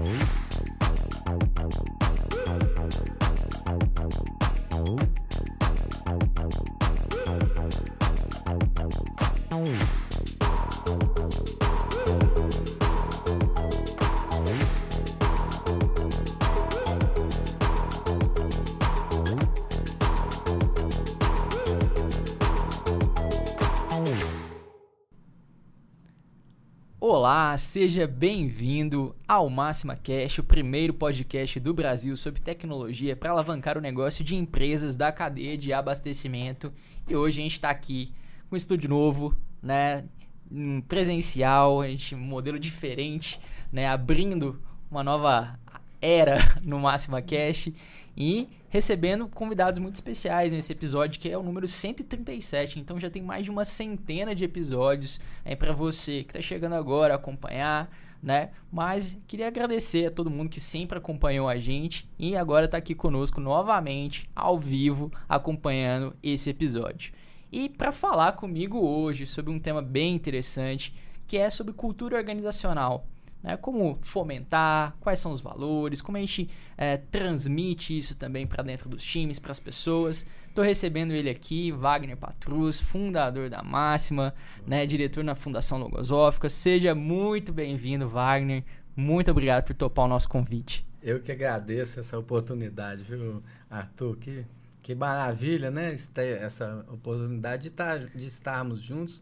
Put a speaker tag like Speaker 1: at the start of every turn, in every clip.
Speaker 1: Olá, seja bem-vindo ao Máxima Cast, o primeiro podcast do Brasil sobre tecnologia para alavancar o negócio de empresas da cadeia de abastecimento. E hoje a gente está aqui com um estúdio novo, né, presencial, um modelo diferente, né, abrindo uma nova era no Máxima Cast e recebendo convidados muito especiais nesse episódio, que é o número 137. Então já tem mais de uma centena de episódios aí para você que está chegando agora a acompanhar, né? Mas queria agradecer a todo mundo que sempre acompanhou a gente e agora está aqui conosco novamente, ao vivo, acompanhando esse episódio. E para falar comigo hoje sobre um tema bem interessante, que é sobre cultura organizacional. Como fomentar, quais são os valores, como a gente transmite isso também para dentro dos times, para as pessoas. Estou recebendo ele aqui, Wagner Patrus, fundador da Máxima, né, diretor na Fundação Logosófica. Seja muito bem-vindo, Wagner. Muito obrigado por topar o nosso convite.
Speaker 2: Eu que agradeço essa oportunidade, viu, Arthur? Que maravilha, né? Essa oportunidade de estarmos juntos.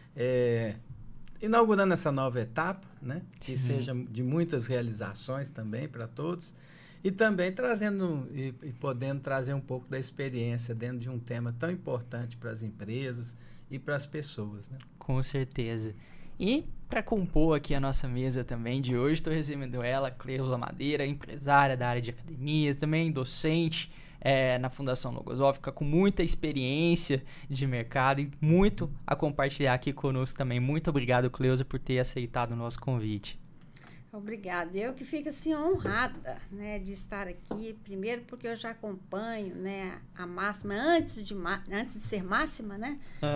Speaker 2: Inaugurando essa nova etapa, né? Que seja de muitas realizações também para todos e também trazendo e podendo trazer um pouco da experiência dentro de um tema tão importante para as empresas e para as pessoas, né? Com certeza. E para compor aqui a nossa mesa também de hoje, estou recebendo ela, Cleusa Madeira, empresária da área de academias, também docente na Fundação Logosófica, com muita experiência de mercado e muito a compartilhar aqui conosco também. Muito obrigado, Cleusa, por ter aceitado o nosso convite.
Speaker 3: Obrigada. Eu que fico assim honrada, né, de estar aqui. Primeiro porque eu já acompanho, né, a Máxima antes de ser Máxima, né,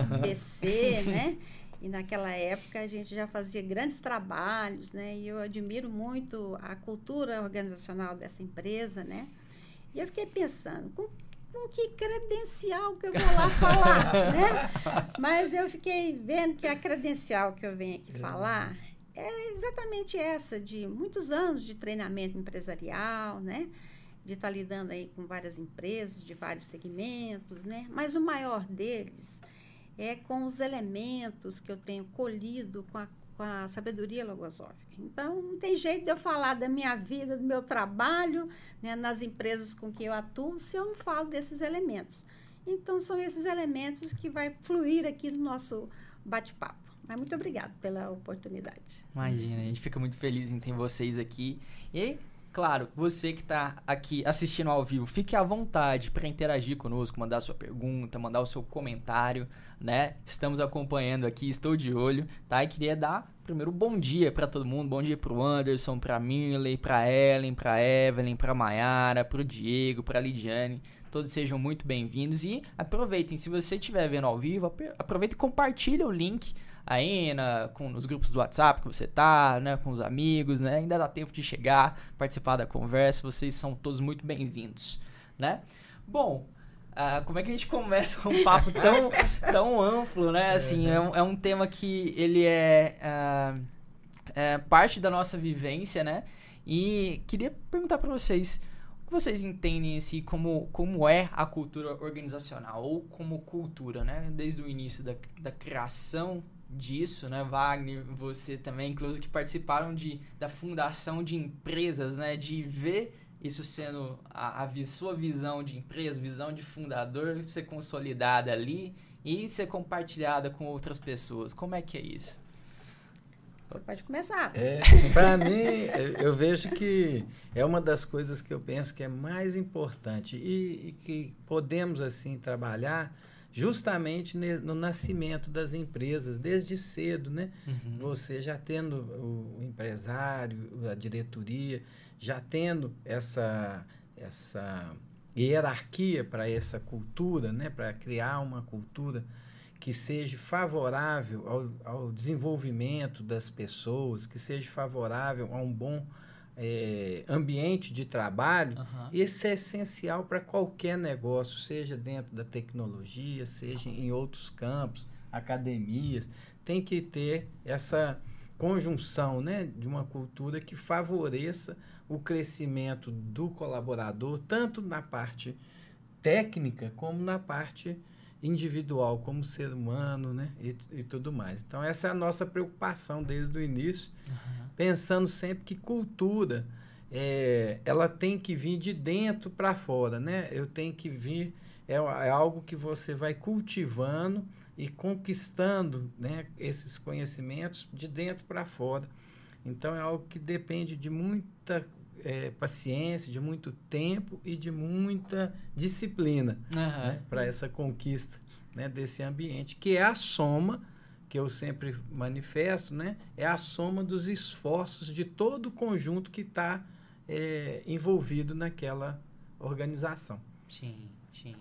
Speaker 3: BC, né, e naquela época a gente já fazia grandes trabalhos, né, e eu admiro muito a cultura organizacional dessa empresa, né. E eu fiquei pensando, com que credencial que eu vou lá falar, né? Mas eu fiquei vendo que a credencial que eu venho aqui falar é exatamente essa, de muitos anos de treinamento empresarial, né? De estar lidando aí com várias empresas, de vários segmentos, né? Mas o maior deles é com os elementos que eu tenho colhido com a sabedoria logosófica. Então, não tem jeito de eu falar da minha vida, do meu trabalho, né, nas empresas com que eu atuo, se eu não falo desses elementos. Então, são esses elementos que vai fluir aqui no nosso bate-papo. Mas muito obrigada pela oportunidade.
Speaker 1: Imagina, a gente fica muito feliz em ter vocês aqui. E, claro, você que está aqui assistindo ao vivo, fique à vontade para interagir conosco, mandar sua pergunta, mandar o seu comentário, né? Estamos acompanhando aqui, estou de olho, tá? E queria dar primeiro bom dia para todo mundo, bom dia para o Anderson, para a Mirley, para a Ellen, para a Evelyn, para a Mayara, para o Diego, para a Lidiane. Todos sejam muito bem-vindos e aproveitem, se você estiver vendo ao vivo, aproveita e compartilha o link aí nos grupos do WhatsApp que você tá, né, com os amigos, né, ainda dá tempo de chegar, participar da conversa, vocês são todos muito bem-vindos, né? Bom, como é que a gente começa um papo tão amplo, né, assim, é um tema que ele é parte da nossa vivência, né, e queria perguntar para vocês, o que vocês entendem assim, como é a cultura organizacional, ou como cultura, né, desde o início da criação disso, né, Wagner, você também, inclusive, que participaram da fundação de empresas, né, de ver isso sendo sua visão de empresa, visão de fundador, ser consolidada ali e ser compartilhada com outras pessoas. Como é que é isso?
Speaker 3: Você pode começar.
Speaker 2: Para mim, eu vejo que é uma das coisas que eu penso que é mais importante e que podemos, assim, trabalhar justamente no nascimento das empresas, desde cedo, né? Uhum. Você já tendo o empresário, a diretoria, já tendo essa hierarquia para essa cultura, né? Para criar uma cultura que seja favorável ao desenvolvimento das pessoas, que seja favorável a um bom ambiente de trabalho, isso é essencial para qualquer negócio, seja dentro da tecnologia, seja em outros campos, academias. Tem que ter essa conjunção, né, de uma cultura que favoreça o crescimento do colaborador, tanto na parte técnica como na parte individual, como ser humano, né, e tudo mais. Então, essa é a nossa preocupação desde o início, pensando sempre que cultura, ela tem que vir de dentro para fora, né? Eu tenho que vir, é algo que você vai cultivando e conquistando, né, esses conhecimentos de dentro para fora. Então, é algo que depende de muita paciência, de muito tempo e de muita disciplina, né, para essa conquista, né, desse ambiente, que é a soma, que eu sempre manifesto, né, é a soma dos esforços de todo o conjunto que está envolvido naquela organização.
Speaker 1: Sim, sim.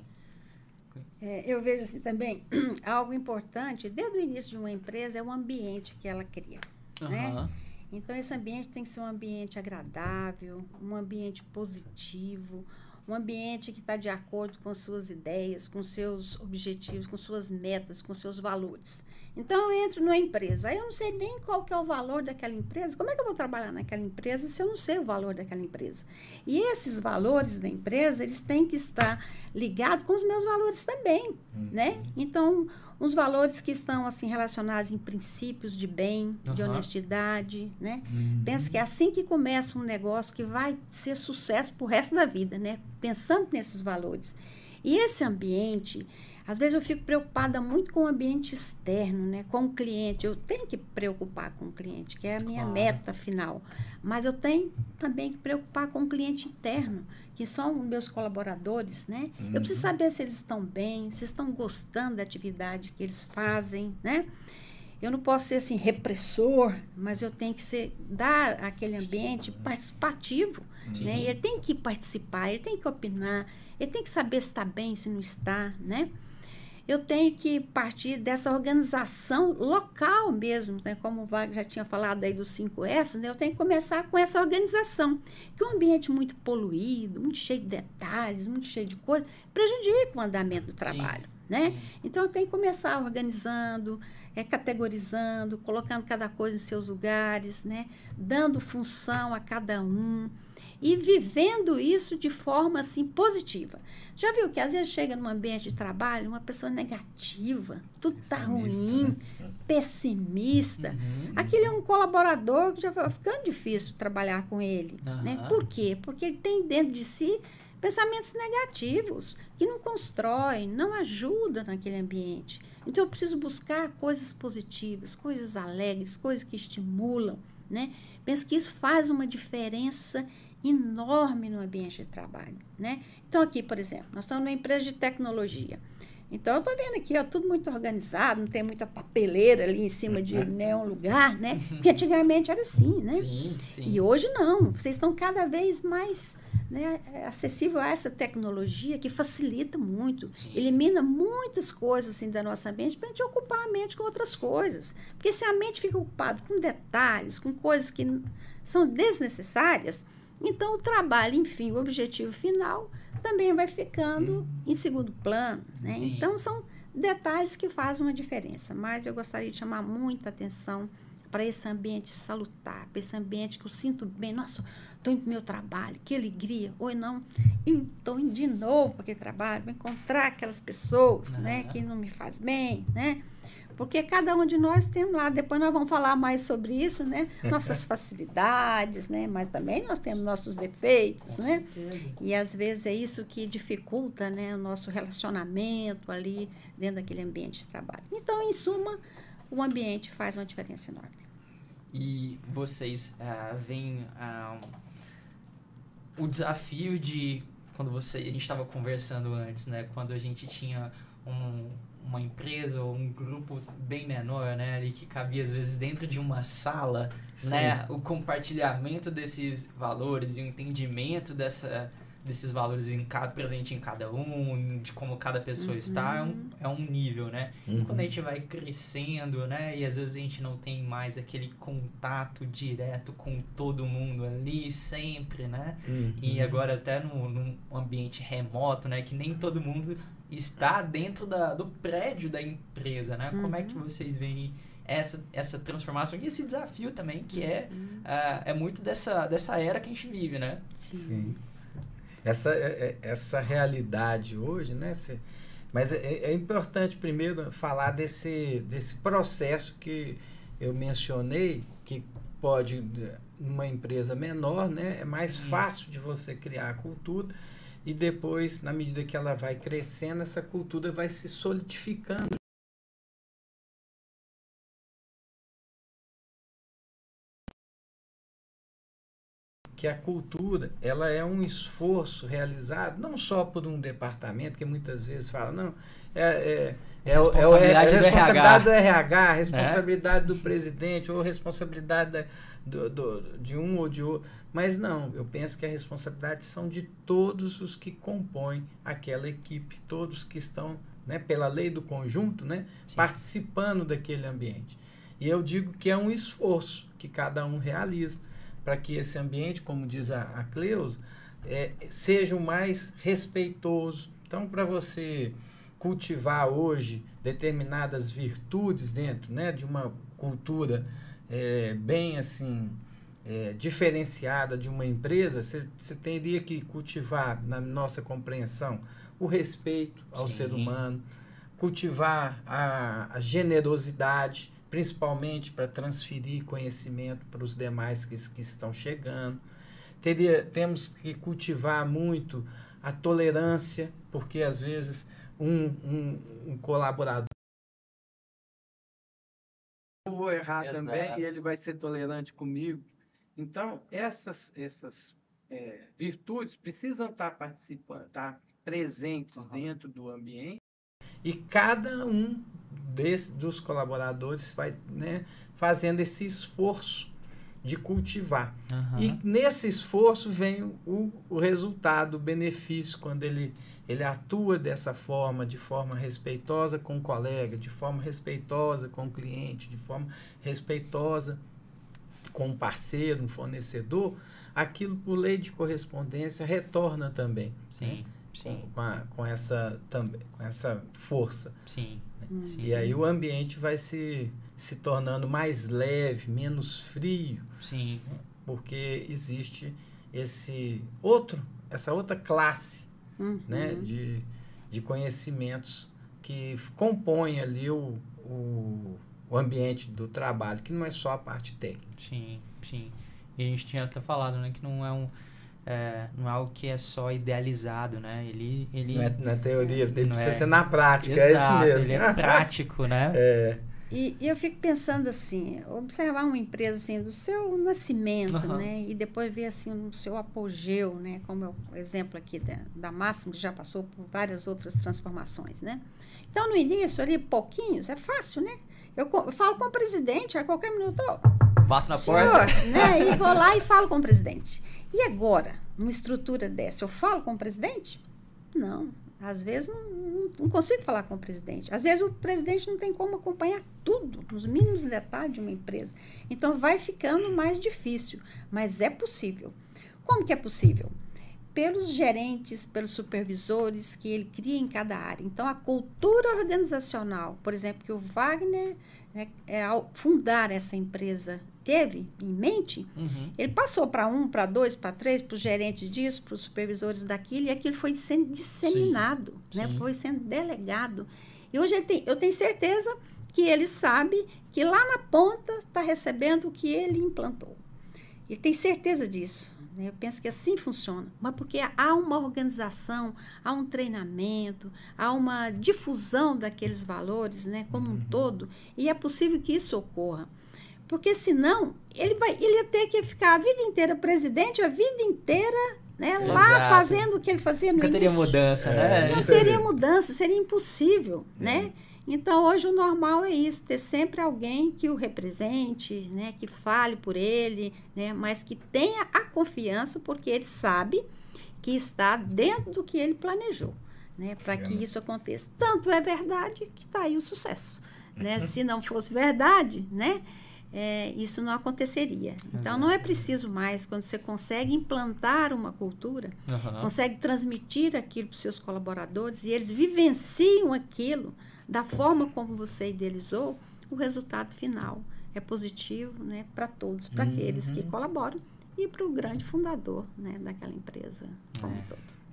Speaker 3: Eu vejo assim também, algo importante, desde o início de uma empresa, é o ambiente que ela cria, né? Então, esse ambiente tem que ser um ambiente agradável, um ambiente positivo, um ambiente que está de acordo com suas ideias, com seus objetivos, com suas metas, com seus valores. Então, eu entro numa empresa, aí eu não sei nem qual que é o valor daquela empresa, como é que eu vou trabalhar naquela empresa se eu não sei o valor daquela empresa? E esses valores da empresa, eles têm que estar ligados com os meus valores também, né? Então, os valores que estão assim relacionados em princípios de bem, de honestidade, né? Penso que é assim que começa um negócio que vai ser sucesso pro resto da vida, né? Pensando nesses valores. E esse ambiente, às vezes eu fico preocupada muito com o ambiente externo, né? Com o cliente. Eu tenho que preocupar com o cliente, que é a minha meta final. Mas eu tenho também que preocupar com o cliente interno, que são meus colaboradores, né? Eu preciso saber se eles estão bem, se estão gostando da atividade que eles fazem, né? Eu não posso ser assim repressor, mas eu tenho que dar aquele ambiente participativo, né? E ele tem que participar, ele tem que opinar, ele tem que saber se está bem, se não está, né? Eu tenho que partir dessa organização local mesmo, né? Como o Wagner já tinha falado aí dos 5S, né? Eu tenho que começar com essa organização, que um ambiente muito poluído, muito cheio de detalhes, muito cheio de coisas, prejudica o andamento do trabalho, né? Então, eu tenho que começar organizando, categorizando, colocando cada coisa em seus lugares, né? Dando função a cada um e vivendo isso de forma assim positiva. Já viu que às vezes chega num ambiente de trabalho uma pessoa negativa, tudo está ruim, né? Pessimista. Aquele é um colaborador que já vai ficando difícil trabalhar com ele, né? Por quê? Porque ele tem dentro de si pensamentos negativos que não constroem, não ajudam naquele ambiente. Então eu preciso buscar coisas positivas, coisas alegres, coisas que estimulam, né? Penso que isso faz uma diferença enorme no ambiente de trabalho, né? Então, aqui, por exemplo, nós estamos numa empresa de tecnologia. Então, eu estou vendo aqui, ó, tudo muito organizado, não tem muita papeleira ali em cima de nenhum lugar, né? Porque antigamente era assim, né?
Speaker 1: Sim.
Speaker 3: E hoje não. Vocês estão cada vez mais, né, acessível a essa tecnologia que facilita muito, elimina muitas coisas assim, da nossa mente para a gente ocupar a mente com outras coisas. Porque se a mente fica ocupada com detalhes, com coisas que são desnecessárias, então o trabalho, enfim, o objetivo final também vai ficando em segundo plano, né? Então são detalhes que fazem uma diferença, mas eu gostaria de chamar muita atenção para esse ambiente salutar, para esse ambiente que eu sinto bem. Nossa, estou indo para o meu trabalho, que alegria. Ou não, estou indo de novo para aquele trabalho, para encontrar aquelas pessoas, né, que não me faz bem, né? Porque cada um de nós tem lá, depois nós vamos falar mais sobre isso, né? Nossas facilidades, né? Mas também nós temos nossos defeitos, né? E às vezes é isso que dificulta, né, o nosso relacionamento ali dentro daquele ambiente de trabalho. Então, em suma, o ambiente faz uma diferença enorme.
Speaker 1: E vocês veem o desafio de, quando a gente estava conversando antes, né? Quando a gente tinha uma empresa ou um grupo bem menor, né, ali que cabia às vezes dentro de uma sala, né, o compartilhamento desses valores e o entendimento desses valores presente em cada um, de como cada pessoa está, é um nível, né? E quando a gente vai crescendo, né? E às vezes a gente não tem mais aquele contato direto com todo mundo ali, sempre, né? E agora até num ambiente remoto, né? Que nem todo mundo está dentro do prédio da empresa, né? Como é que vocês veem essa transformação e esse desafio também, que é muito dessa era que a gente vive, né?
Speaker 2: Sim. Essa realidade hoje, né? Mas é importante primeiro falar desse processo que eu mencionei, que pode, numa empresa menor, né? É mais fácil de você criar a cultura e depois, na medida que ela vai crescendo, essa cultura vai se solidificando. Que a cultura, ela é um esforço realizado não só por um departamento, que muitas vezes fala, não, é a responsabilidade do RH, a responsabilidade do presidente, ou a responsabilidade de um ou de outro. Mas não, eu penso que a responsabilidade são de todos os que compõem aquela equipe, todos que estão, né, pela lei do conjunto, né, participando daquele ambiente. E eu digo que é um esforço que cada um realiza, para que esse ambiente, como diz a Cleusa, seja o mais respeitoso. Então, para você cultivar hoje determinadas virtudes dentro, né, de uma cultura bem assim diferenciada de uma empresa, você teria que cultivar, na nossa compreensão, o respeito ao ser humano, cultivar a generosidade, principalmente para transferir conhecimento para os demais que estão chegando. Temos que cultivar muito a tolerância, porque às vezes um colaborador, eu vou errar também e ele vai ser tolerante comigo. Então, essas virtudes precisam estar participando, estar presentes dentro do ambiente. E cada um dos colaboradores vai, né, fazendo esse esforço de cultivar. E nesse esforço vem o resultado, o benefício, quando ele atua dessa forma, de forma respeitosa com o colega, de forma respeitosa com o cliente, de forma respeitosa com um parceiro, um fornecedor, aquilo, por lei de correspondência, retorna também.
Speaker 1: Sim.
Speaker 2: Né? Sim. Com essa força.
Speaker 1: Sim.
Speaker 2: E aí o ambiente vai se tornando mais leve, menos frio.
Speaker 1: Sim.
Speaker 2: Porque existe essa outra classe, né, de conhecimentos que compõem ali o ambiente do trabalho, que não é só a parte técnica.
Speaker 1: Sim, sim. E a gente tinha até falado, né, que não é algo que é só idealizado, né? Ele
Speaker 2: não é na teoria, ele precisa ser na prática.
Speaker 1: Exato,
Speaker 2: é isso mesmo.
Speaker 1: Ele é prático, né?
Speaker 3: E eu fico pensando assim, observar uma empresa assim, do seu nascimento, né? E depois ver assim o seu apogeu, né? Como é o exemplo aqui da Máxima, que já passou por várias outras transformações, né? Então, no início, ali, pouquinhos, é fácil, né? Eu falo com o presidente, a qualquer minuto,
Speaker 1: bato na porta.
Speaker 3: Né? E vou lá e falo com o presidente. E agora, numa estrutura dessa, eu falo com o presidente? Não. Às vezes não consigo falar com o presidente. Às vezes o presidente não tem como acompanhar tudo, os mínimos detalhes de uma empresa. Então vai ficando mais difícil, mas é possível. Como que é possível? Pelos gerentes, pelos supervisores que ele cria em cada área. Então a cultura organizacional, por exemplo, que o Wagner, né, ao fundar essa empresa, teve em mente, ele passou para 1, para 2, para 3, para os gerentes disso, para os supervisores daquilo, e aquilo foi sendo disseminado, né? Foi sendo delegado. E hoje eu tenho certeza que ele sabe que lá na ponta está recebendo o que ele implantou. Ele tem certeza disso. Né? Eu penso que assim funciona. Mas porque há uma organização, há um treinamento, há uma difusão daqueles valores, né, como um todo, e é possível que isso ocorra. Porque senão ele ia ter que ficar a vida inteira presidente, a vida inteira, né, lá fazendo o que ele fazia no início.
Speaker 1: Não teria mudança, né?
Speaker 3: Não teria mudança, seria impossível, né? Então, hoje o normal é isso, ter sempre alguém que o represente, né, que fale por ele, né, mas que tenha a confiança, porque ele sabe que está dentro do que ele planejou, né, para que isso aconteça. Tanto é verdade que está aí o sucesso, né? Se não fosse verdade, né, isso não aconteceria. Então, não é preciso mais, quando você consegue implantar uma cultura, consegue transmitir aquilo para os seus colaboradores e eles vivenciam aquilo da forma como você idealizou, o resultado final é positivo, né, para todos, para aqueles que colaboram e para o grande fundador, né, daquela empresa como um todo.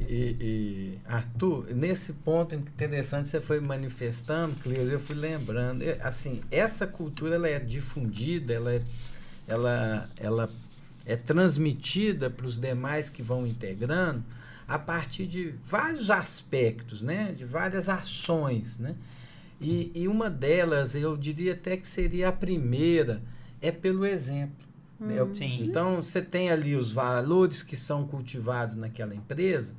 Speaker 2: E Arthur, nesse ponto interessante você foi manifestando, Cleus, eu fui lembrando, assim, essa cultura ela é difundida, ela é transmitida para os demais que vão integrando a partir de vários aspectos, né, de várias ações, né, e uma delas, eu diria até que seria a primeira, é pelo exemplo. Então, você tem ali os valores que são cultivados naquela empresa,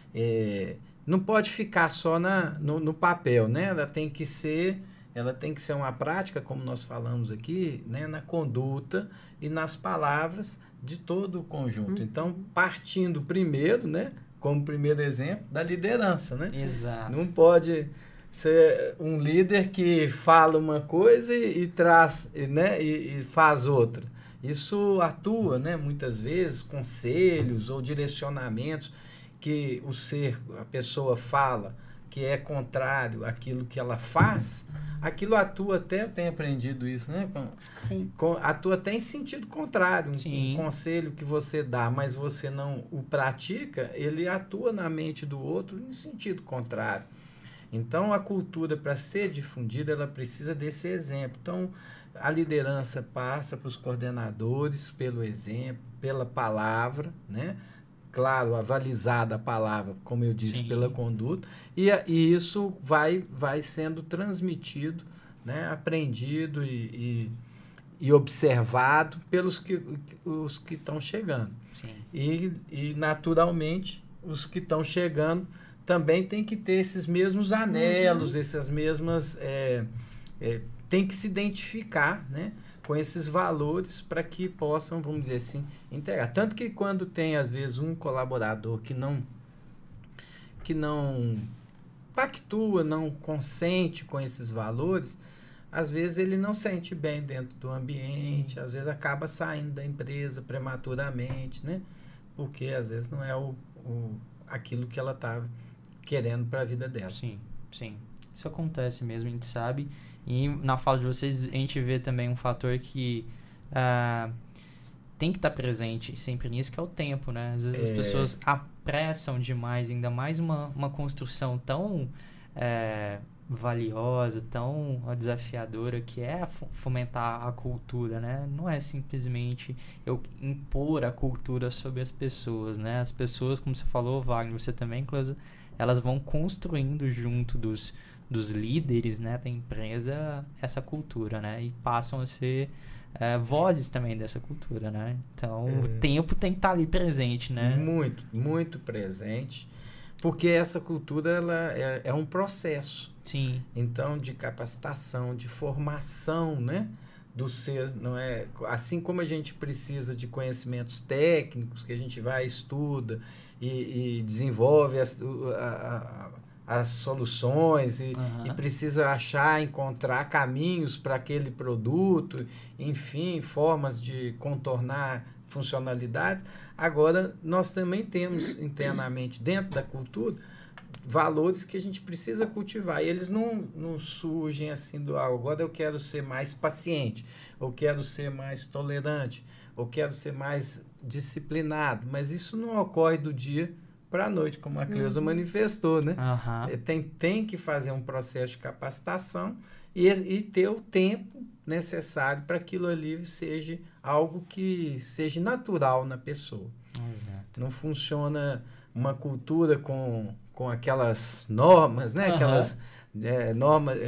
Speaker 2: não pode ficar só no papel, né? Ela tem que ser uma prática, como nós falamos aqui, né? Na conduta e nas palavras de todo o conjunto. Então, partindo primeiro, né? Como primeiro exemplo, da liderança, né?
Speaker 1: Exato.
Speaker 2: Não pode ser um líder que fala uma coisa e traz, né? E faz outra. Isso atua, né, muitas vezes, conselhos ou direcionamentos que a pessoa fala que é contrário àquilo que ela faz, aquilo atua até, eu tenho aprendido isso, né? Atua até em sentido contrário. Um conselho que você dá, mas você não o pratica, ele atua na mente do outro em sentido contrário. Então, a cultura, para ser difundida, ela precisa desse exemplo. Então, a liderança passa para os coordenadores pelo exemplo, pela palavra, né? Claro, avalizada a palavra, como eu disse, pela conduta, e isso vai sendo transmitido, né? Aprendido e observado pelos os que estão chegando. E, naturalmente, os que estão chegando também têm que ter esses mesmos anelos, essas mesmas... tem que se identificar, né, com esses valores para que possam, vamos dizer assim, integrar. Tanto que quando tem, às vezes, um colaborador que não pactua, não consente com esses valores, às vezes ele não sente bem dentro do ambiente, às vezes acaba saindo da empresa prematuramente, né, porque às vezes não é aquilo que ela está querendo para a vida dela.
Speaker 1: Sim. Isso acontece mesmo, a gente sabe. E na fala de vocês, a gente vê também um fator que tem que estar presente sempre nisso, que é o tempo, né? Às vezes as pessoas apressam demais, ainda mais uma construção tão valiosa, tão desafiadora, que é fomentar a cultura, né? Não é simplesmente eu impor a cultura sobre as pessoas, né? As pessoas, como você falou, Wagner, você também, Cleusa, elas vão construindo junto dos líderes, né, da empresa essa cultura, né, e passam a ser vozes também dessa cultura, né, então o tempo tem que estar ali presente, né.
Speaker 2: Muito, muito presente, porque essa cultura ela é um processo, então de capacitação, de formação, né, do ser, não é, assim como a gente precisa de conhecimentos técnicos que a gente vai estuda e desenvolve as soluções e precisa encontrar caminhos para aquele produto, enfim, formas de contornar funcionalidades. Agora, nós também temos internamente, dentro da cultura, valores que a gente precisa cultivar. E eles não surgem assim agora eu quero ser mais paciente, ou quero ser mais tolerante, ou quero ser mais disciplinado. Mas isso não ocorre do dia para a noite, como a Cleusa manifestou, né? Tem que fazer um processo de capacitação e ter o tempo necessário para aquilo ali seja algo que seja natural na pessoa. Não funciona uma cultura com aquelas normas, né? Aquelas normas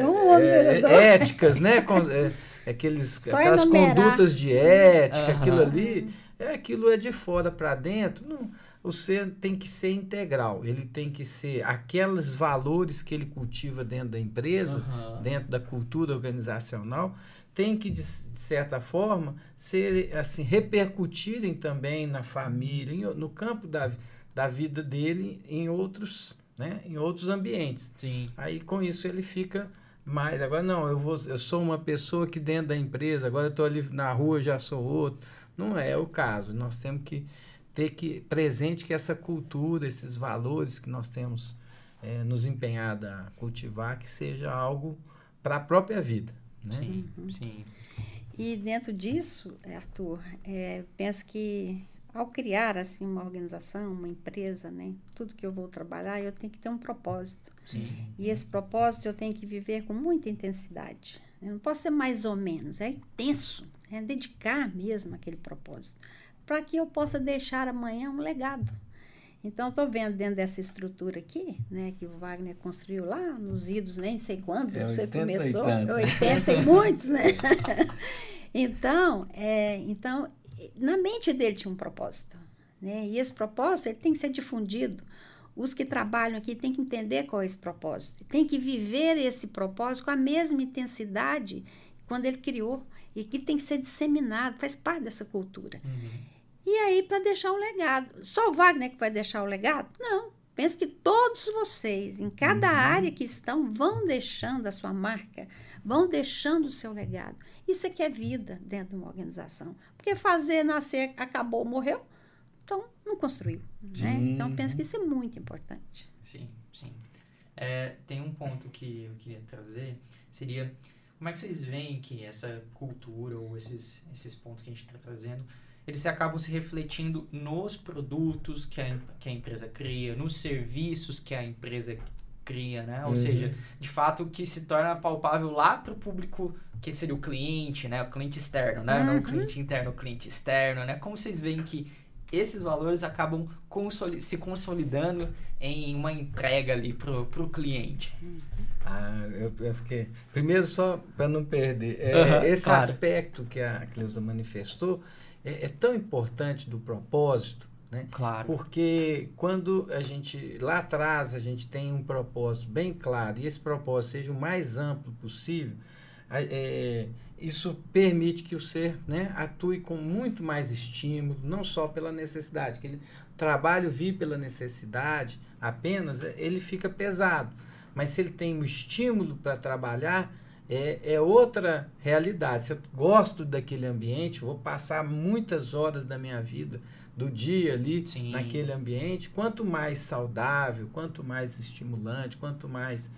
Speaker 2: éticas, né? Aquelas condutas de ética, aquilo é de fora para dentro. Não, o ser tem que ser integral, ele tem que ser aqueles valores que ele cultiva dentro da empresa, dentro da cultura organizacional, tem que, de certa forma, ser, assim, repercutirem também na família, no campo da vida dele em outros, né, em outros ambientes.
Speaker 1: Sim.
Speaker 2: Aí com isso ele fica mais, agora não, eu sou uma pessoa que dentro da empresa, agora eu estou ali na rua, já sou outro. Não é o caso. Nós temos que ter presente que essa cultura, esses valores que nós temos nos empenhado a cultivar, que seja algo para a própria vida. Né?
Speaker 1: Sim, sim.
Speaker 3: E dentro disso, Arthur, penso que ao criar assim uma organização, uma empresa, né, tudo que eu vou trabalhar, eu tenho que ter um propósito.
Speaker 1: Sim.
Speaker 3: E esse propósito eu tenho que viver com muita intensidade. Eu não posso ser mais ou menos, é intenso, é dedicar mesmo aquele propósito, para que eu possa deixar amanhã um legado. Então, estou vendo dentro dessa estrutura aqui, né, que o Wagner construiu lá nos idos, nem sei quando você começou, 80 e muitos, né? Então, na mente dele tinha um propósito, né? E esse propósito ele tem que ser difundido. Os que trabalham aqui têm que entender qual é esse propósito. Tem que viver esse propósito com a mesma intensidade quando ele criou. E que tem que ser disseminado, faz parte dessa cultura. E aí, para deixar um legado. Só o Wagner que vai deixar o legado? Não. Penso que todos vocês, em cada área que estão, vão deixando a sua marca, vão deixando o seu legado. Isso aqui é vida dentro de uma organização. Porque fazer, nascer, acabou, morreu, então não construiu. Né? Então, penso que isso é muito importante.
Speaker 1: Sim, sim. Tem um ponto que eu queria trazer, seria como é que vocês veem que essa cultura ou esses pontos que a gente está trazendo, eles acabam se refletindo nos produtos que a empresa cria, nos serviços que a empresa cria, né? Ou seja, de fato, que se torna palpável lá para o público, que seria o cliente, né? O cliente externo, né? Não o cliente interno, o cliente externo, né? Como vocês veem que esses valores acabam se consolidando em uma entrega ali pro cliente?
Speaker 2: Eu penso que... Primeiro, só para não perder, esse aspecto que a Cleusa manifestou é tão importante do propósito, né?
Speaker 1: Claro.
Speaker 2: Porque quando lá atrás, a gente tem um propósito bem claro, e esse propósito seja o mais amplo possível, isso permite que o ser, né, atue com muito mais estímulo, não só pela necessidade, que o trabalho vir pela necessidade apenas, ele fica pesado. Mas se ele tem um estímulo para trabalhar, é outra realidade. Se eu gosto daquele ambiente, vou passar muitas horas da minha vida, do dia ali, Sim. naquele ambiente. Quanto mais saudável, quanto mais estimulante, quanto mais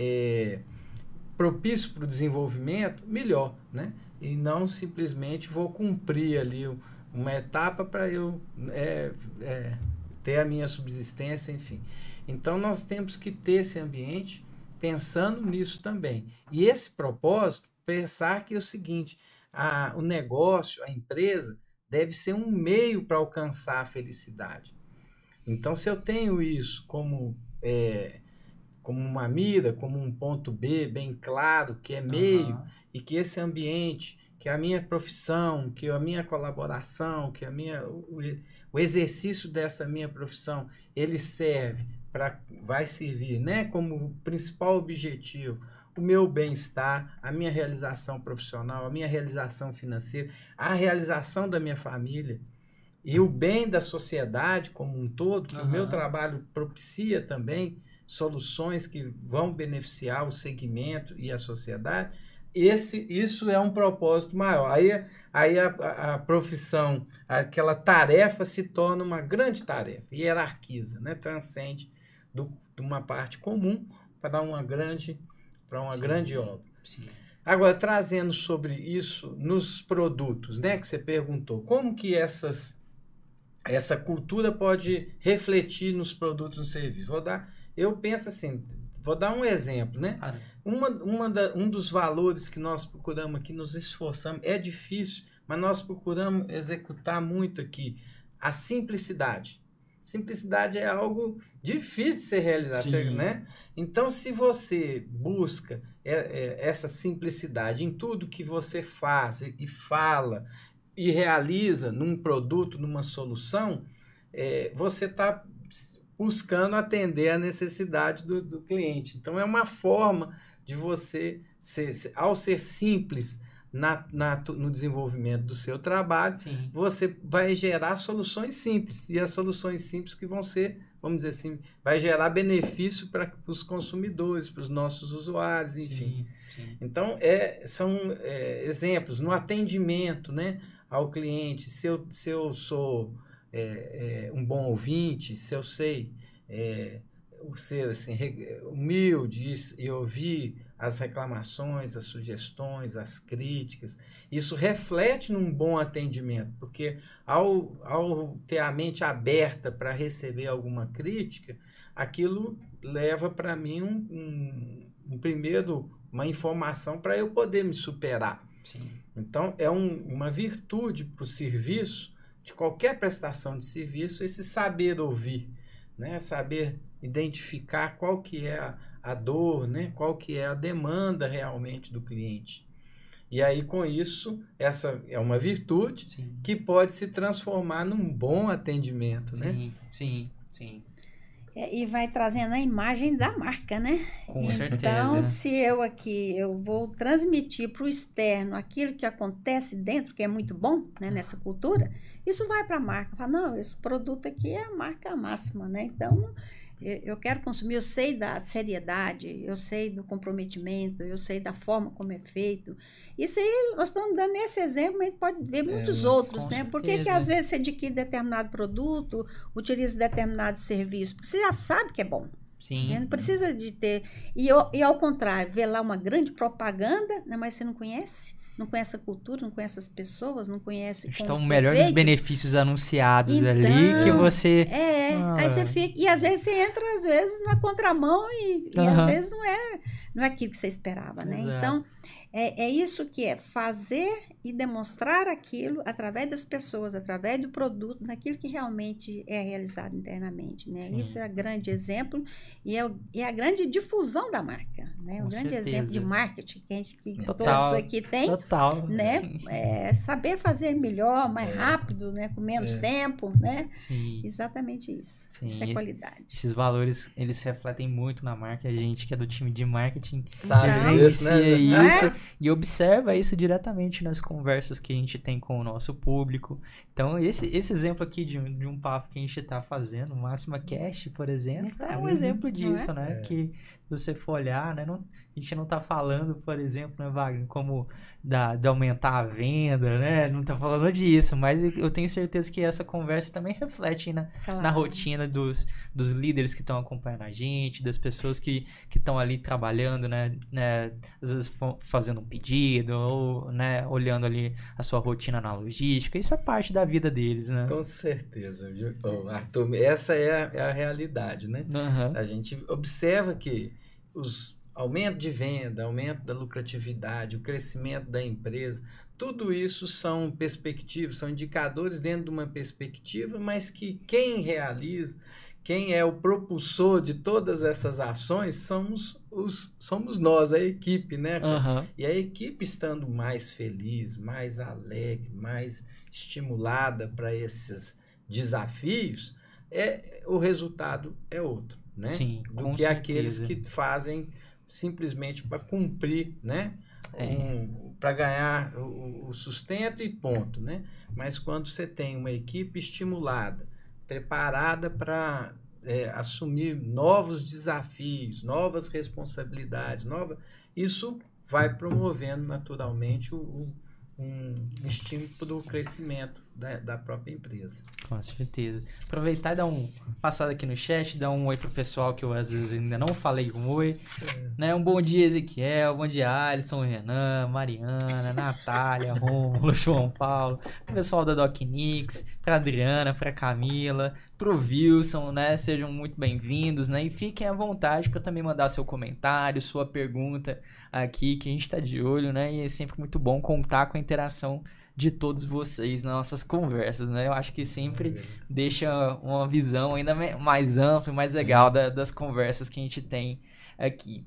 Speaker 2: propício para o desenvolvimento, melhor, né? E não simplesmente vou cumprir ali uma etapa para eu ter a minha subsistência, enfim. Então, nós temos que ter esse ambiente pensando nisso também. E esse propósito, pensar que é o seguinte, o negócio, a empresa, deve ser um meio para alcançar a felicidade. Então, se eu tenho isso como uma mira, como um ponto B bem claro, que é meio, e que esse ambiente, que a minha profissão, que a minha colaboração, que o exercício dessa minha profissão, ele vai servir, né, como principal objetivo o meu bem-estar, a minha realização profissional, a minha realização financeira, a realização da minha família e o bem da sociedade como um todo, que o meu trabalho propicia também soluções que vão beneficiar o segmento e a sociedade. Isso é um propósito maior. Aí a profissão, aquela tarefa se torna uma grande tarefa, hierarquiza, né? Transcende de uma parte comum para uma grande obra. Sim. Agora, trazendo sobre isso nos produtos, né, que você perguntou, como que essa cultura pode refletir nos produtos e nos serviços? Eu penso assim, vou dar um exemplo, né? Um dos valores que nós procuramos aqui, nos esforçamos, é difícil, mas nós procuramos executar muito aqui, a simplicidade. Simplicidade é algo difícil de ser realizado, né? Então, se você busca essa simplicidade em tudo que você faz e fala e realiza num produto, numa solução, você está buscando atender a necessidade do cliente. Então, é uma forma de você, ao ser simples no desenvolvimento do seu trabalho,
Speaker 1: Sim.
Speaker 2: você vai gerar soluções simples. E as soluções simples que vão ser, vamos dizer assim, vai gerar benefício para os consumidores, para os nossos usuários, enfim.
Speaker 1: Sim.
Speaker 2: Então, são exemplos no atendimento, né, ao cliente. Se eu sou um bom ouvinte, se eu sei ser assim, humilde e ouvir as reclamações, as sugestões, as críticas, isso reflete num bom atendimento, porque ao ter a mente aberta para receber alguma crítica, aquilo leva para mim uma informação para eu poder me superar.
Speaker 1: Sim.
Speaker 2: Então, é uma virtude para o serviço, de qualquer prestação de serviço, esse saber ouvir, né? Saber identificar qual que é a dor, né? Qual que é a demanda realmente do cliente. E aí, com isso, essa é uma virtude
Speaker 1: Sim.
Speaker 2: que pode se transformar num bom atendimento, né?
Speaker 1: Sim.
Speaker 3: E vai trazendo a imagem da marca, né?
Speaker 1: Com certeza.
Speaker 3: Então, se eu vou transmitir para o externo aquilo que acontece dentro, que é muito bom, né, nessa cultura, isso vai para a marca. Fala, não, esse produto aqui é a marca máxima, né? Então, eu quero consumir, eu sei da seriedade, eu sei do comprometimento, eu sei da forma como é feito. Isso aí, nós estamos dando esse exemplo, mas pode ver muitos outros, né? Por que às vezes você adquire determinado produto, utiliza determinado serviço? Porque você já sabe que é bom.
Speaker 1: Sim.
Speaker 3: Não precisa de ter... E ao contrário, ver lá uma grande propaganda, né, mas você não conhece a cultura, não conhece as pessoas, não conhece como
Speaker 1: estão melhores benefícios anunciados
Speaker 3: então,
Speaker 1: ali que você...
Speaker 3: aí você fica... E às vezes você entra, às vezes, na contramão e às vezes não é aquilo que você esperava, né?
Speaker 1: Exato.
Speaker 3: Então, é isso que é fazer e demonstrar aquilo através das pessoas, através do produto, naquilo que realmente é realizado internamente, né?
Speaker 1: Sim.
Speaker 3: Isso é um grande exemplo e é a grande difusão da marca, né? Um grande exemplo de marketing que todos aqui têm, né? Saber fazer melhor, mais rápido, né? Com menos tempo, né?
Speaker 1: Sim.
Speaker 3: Exatamente isso.
Speaker 1: Sim.
Speaker 3: Isso é qualidade.
Speaker 1: Esses valores, eles refletem muito na marca. A gente que é do time de marketing
Speaker 2: sabe
Speaker 1: isso, né? E observa isso diretamente nas conversas que a gente tem com o nosso público. Então, esse exemplo aqui de um papo que a gente está fazendo, o Máxima Cash, por exemplo, é um exemplo disso, né? Que se você for olhar, né? A gente não está falando, por exemplo, né, Wagner, como de aumentar a venda, né? Não está falando disso, mas eu tenho certeza que essa conversa também reflete na rotina dos líderes que estão acompanhando a gente, das pessoas que estão ali trabalhando, né? Às vezes fazendo um pedido ou, né, olhando ali a sua rotina na logística. Isso é parte da vida deles, né?
Speaker 2: Com certeza, Arthur. Essa é a realidade, né?
Speaker 1: Uhum.
Speaker 2: A gente observa que os aumento de venda, aumento da lucratividade, o crescimento da empresa, tudo isso são perspectivas, são indicadores dentro de uma perspectiva, mas que quem realiza, quem é o propulsor de todas essas ações somos nós, a equipe, né?
Speaker 1: Uhum.
Speaker 2: E a equipe estando mais feliz, mais alegre, mais estimulada para esses desafios, o resultado é outro, né?
Speaker 1: Sim,
Speaker 2: do que aqueles que fazem simplesmente para cumprir, né? Para ganhar o sustento e ponto, né? Mas quando você tem uma equipe estimulada, preparada para assumir novos desafios, novas responsabilidades, isso vai promovendo naturalmente um estímulo para o crescimento da própria empresa.
Speaker 1: Com certeza. Aproveitar e dar uma passada aqui no chat, dar um oi pro pessoal que eu às vezes ainda não falei um oi. Né? Um bom dia, Ezequiel, bom dia, Alisson, Renan, Mariana, Natália, Rômulo, João Paulo, o pessoal da DocNix, pra Adriana, pra Camila, pro Wilson, né? Sejam muito bem-vindos, né? E fiquem à vontade para também mandar seu comentário, sua pergunta aqui, que a gente tá de olho, né? E é sempre muito bom contar com a interação de todos vocês nas nossas conversas, né? Eu acho que sempre deixa uma visão ainda mais ampla e mais legal das conversas que a gente tem aqui.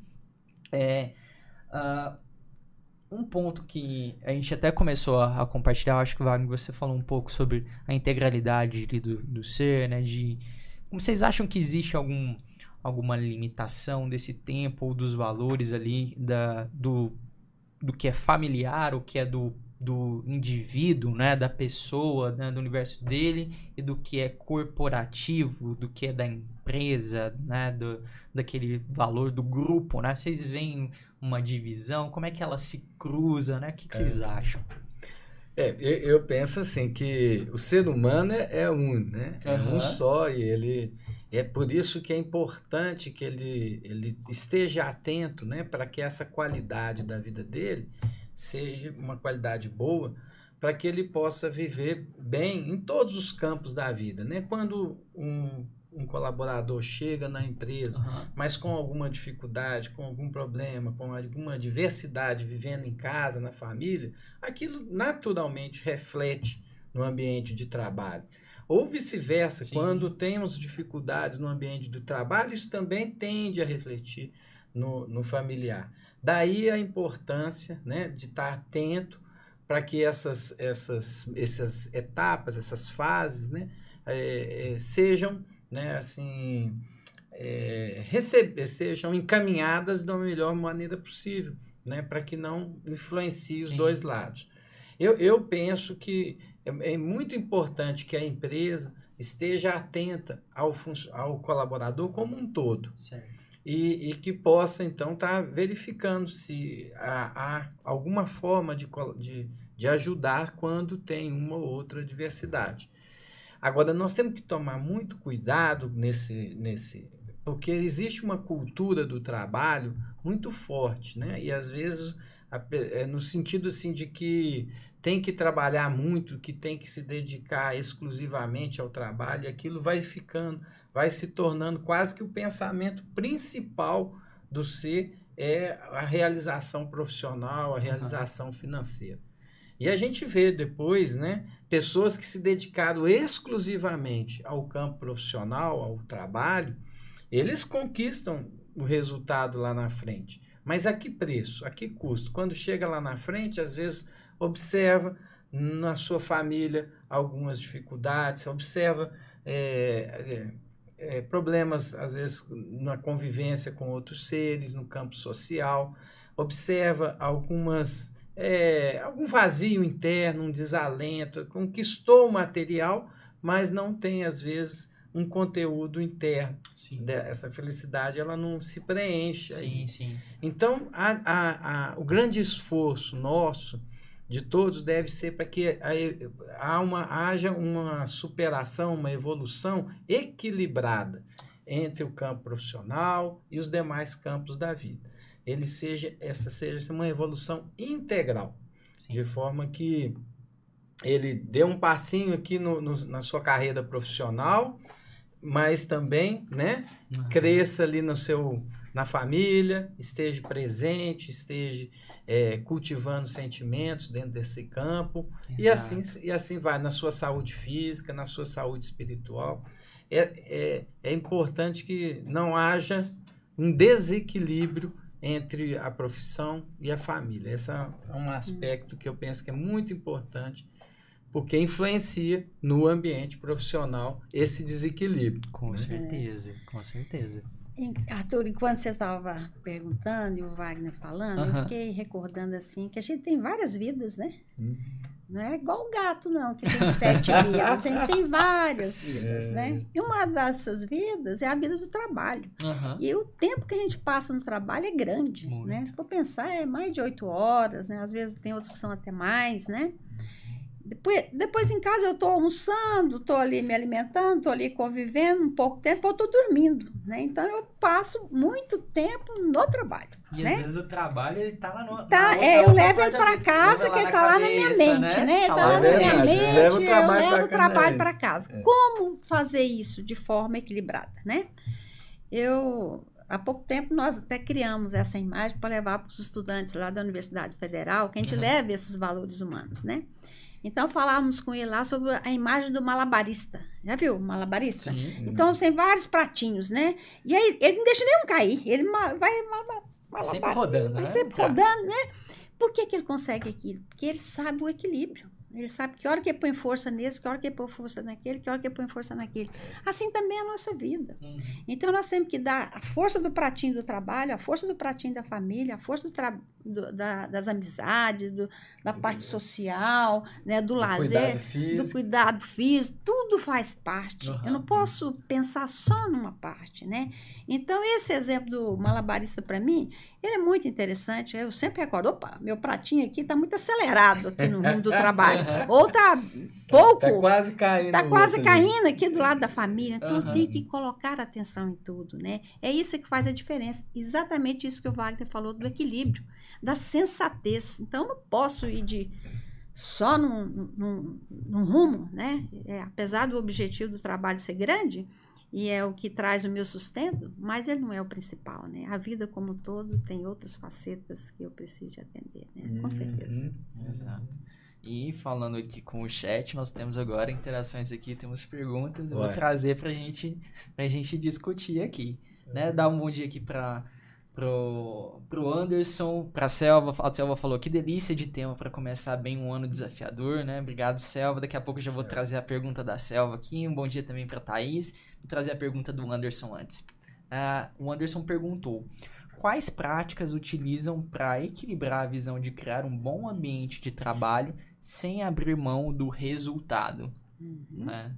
Speaker 1: Um ponto que a gente até começou a compartilhar, acho que, Wagner, você falou um pouco sobre a integralidade do ser, né? Como vocês acham que existe alguma limitação desse tempo ou dos valores ali do que é familiar, o que é do indivíduo, né, da pessoa, né, do universo dele, e do que é corporativo, do que é da empresa, né, daquele valor do grupo, né? Vocês veem uma divisão? Como é que ela se cruza, né? O que vocês acham?
Speaker 2: Eu penso assim, que o ser humano é um, né? É um só, e é por isso que é importante que ele esteja atento, né? Para que essa qualidade da vida dele seja uma qualidade boa, para que ele possa viver bem em todos os campos da vida, né? Quando um colaborador chega na empresa, mas com alguma dificuldade, com algum problema, com alguma adversidade, vivendo em casa, na família, aquilo naturalmente reflete no ambiente de trabalho. Ou vice-versa, quando temos dificuldades no ambiente do trabalho, isso também tende a refletir no familiar. Daí a importância, né, de estar atento para que essas etapas, essas fases, né, sejam, né, assim, sejam encaminhadas da melhor maneira possível, né, para que não influencie os dois lados. Eu penso que é muito importante que a empresa esteja atenta ao colaborador como um todo.
Speaker 1: Certo.
Speaker 2: E que possa, então, estar verificando se há alguma forma de ajudar quando tem uma ou outra adversidade. Agora, nós temos que tomar muito cuidado porque existe uma cultura do trabalho muito forte, né? E, às vezes, no sentido assim, de que tem que trabalhar muito, que tem que se dedicar exclusivamente ao trabalho, e aquilo vai se tornando quase que o pensamento principal do ser é a realização profissional, a realização financeira. E a gente vê depois, né, pessoas que se dedicaram exclusivamente ao campo profissional, ao trabalho, eles conquistam o resultado lá na frente. Mas a que preço? A que custo? Quando chega lá na frente, às vezes observa na sua família algumas dificuldades, observa problemas, às vezes, na convivência com outros seres, no campo social, observa algum vazio interno, um desalento, conquistou o material, mas não tem, às vezes, um conteúdo interno. Essa felicidade, ela não se preenche.
Speaker 1: Sim.
Speaker 2: Então, o grande esforço nosso, de todos, deve ser para que haja uma superação, uma evolução equilibrada entre o campo profissional e os demais campos da vida. Essa seja uma evolução integral, de forma que ele dê um passinho aqui na sua carreira profissional, mas também, né, cresça ali na família, esteja presente, esteja cultivando sentimentos dentro desse campo, e assim vai na sua saúde física, na sua saúde espiritual. É importante que não haja um desequilíbrio entre a profissão e a família. Esse é um aspecto que eu penso que é muito importante, porque influencia no ambiente profissional esse desequilíbrio.
Speaker 1: Com certeza, com certeza.
Speaker 3: Arthur, enquanto você estava perguntando e o Wagner falando, eu fiquei recordando assim que a gente tem várias vidas, né? Não é igual o gato, não, que tem 7 vidas. A gente tem várias vidas, né? E uma dessas vidas é a vida do trabalho. E o tempo que a gente passa no trabalho é grande, né? Se for pensar, é mais de 8 horas, né? Às vezes tem outros que são até mais, né? Depois em casa eu estou almoçando, estou ali me alimentando, estou ali convivendo um pouco tempo, eu estou dormindo, né? Então eu passo muito tempo no trabalho.
Speaker 1: E
Speaker 3: né?
Speaker 1: às vezes o trabalho ele tá lá no.
Speaker 3: Eu levo ele para casa, que ele tá lá na minha mente, né? Tá lá na minha mente, eu levo o trabalho para casa. Como fazer isso de forma equilibrada, né? Há pouco tempo nós até criamos essa imagem para levar para os estudantes lá da Universidade Federal, que a gente leve esses valores humanos, né? Então, falávamos com ele lá sobre a imagem do malabarista. Já viu o malabarista?
Speaker 1: Sim.
Speaker 3: Então, tem vários pratinhos, né? E aí, ele não deixa nenhum cair. Ele vai
Speaker 1: sempre rodando, né?
Speaker 3: Sempre rodando, né? Por que ele consegue aquilo? Porque ele sabe o equilíbrio, Ele sabe que hora que ele põe força nesse, que hora que ele põe força naquele, que hora que ele põe força naquele. Assim também é a nossa vida. Então, nós temos que dar a força do pratinho do trabalho, a força do pratinho da família, a força das amizades, da parte social, né, do lazer, do cuidado físico. Tudo faz parte. Eu não posso pensar só numa parte, né? Então, esse exemplo do malabarista, para mim, ele é muito interessante. Eu sempre recordo, opa, meu pratinho aqui está muito acelerado aqui no mundo do trabalho. Ou está pouco.
Speaker 2: Está quase caindo.
Speaker 3: Está quase caindo aqui do lado da família. Então, eu tenho que colocar atenção em tudo, né? É isso que faz a diferença. Exatamente isso que o Wagner falou do equilíbrio, da sensatez. Então, eu não posso ir só num rumo, né? Apesar do objetivo do trabalho ser grande, e é o que traz o meu sustento, mas ele não é o principal, né? A vida como um todo tem outras facetas que eu preciso de atender, né? Com certeza.
Speaker 1: Exato. E falando aqui com o chat, nós temos agora interações aqui, temos perguntas, eu vou trazer pra gente discutir aqui, né? Dar um bom dia aqui pro Anderson, pra Selva. A Selva falou, que delícia de tema para começar bem um ano desafiador, né? Obrigado, Selva. Daqui a pouco eu já vou trazer a pergunta da Selva aqui. Um bom dia também pra Thaís. Vou trazer a pergunta do Anderson antes. O Anderson perguntou, quais práticas utilizam para equilibrar a visão de criar um bom ambiente de trabalho sem abrir mão do resultado? Né?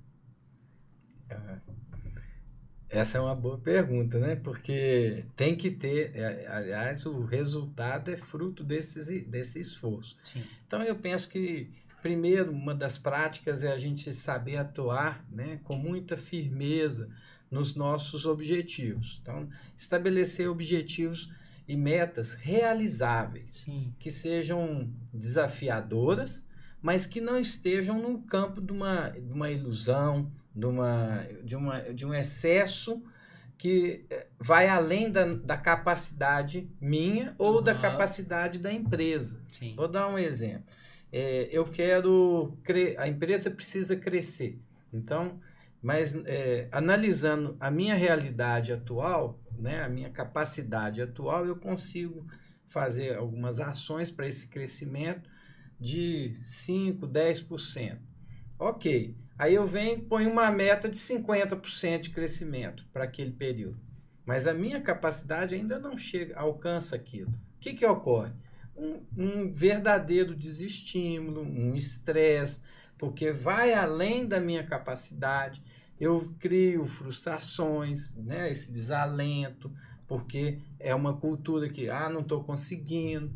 Speaker 2: Essa é uma boa pergunta, né? Porque tem que ter, aliás, o resultado é fruto desse esforço.
Speaker 1: Sim.
Speaker 2: Então, eu penso que, primeiro, uma das práticas é a gente saber atuar, né, com muita firmeza nos nossos objetivos. Então, estabelecer objetivos e metas realizáveis,
Speaker 1: Sim.
Speaker 2: que sejam desafiadoras, mas que não estejam no campo de uma ilusão, de um excesso que vai além da capacidade minha ou da capacidade da empresa.
Speaker 1: Sim.
Speaker 2: Vou dar um exemplo. A empresa precisa crescer. Então, mas analisando a minha realidade atual, né, a minha capacidade atual, eu consigo fazer algumas ações para esse crescimento de 5%, 10%. Ok. Aí eu venho e ponho uma meta de 50% de crescimento para aquele período. Mas a minha capacidade ainda não alcança aquilo. O que ocorre? Um verdadeiro desestímulo, um estresse, porque vai além da minha capacidade. Eu crio frustrações, né, esse desalento, porque é uma cultura que, não estou conseguindo.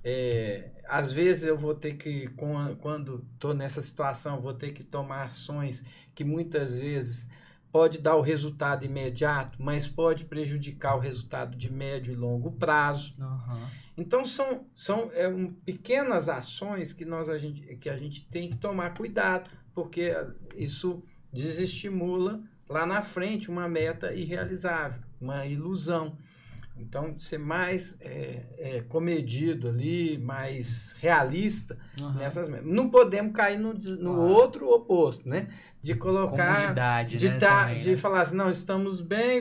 Speaker 2: Às vezes eu vou ter que, quando estou nessa situação, vou ter que tomar ações que muitas vezes pode dar o resultado imediato, mas pode prejudicar o resultado de médio e longo prazo. Então, são pequenas ações que a gente tem que tomar cuidado, porque isso desestimula lá na frente uma meta irrealizável, uma ilusão. Então, ser mais comedido ali, mais realista nessas metas. Não podemos cair no outro oposto, né? De colocar...
Speaker 1: Comodidade,
Speaker 2: de
Speaker 1: né? Também,
Speaker 2: de falar assim, não, estamos bem,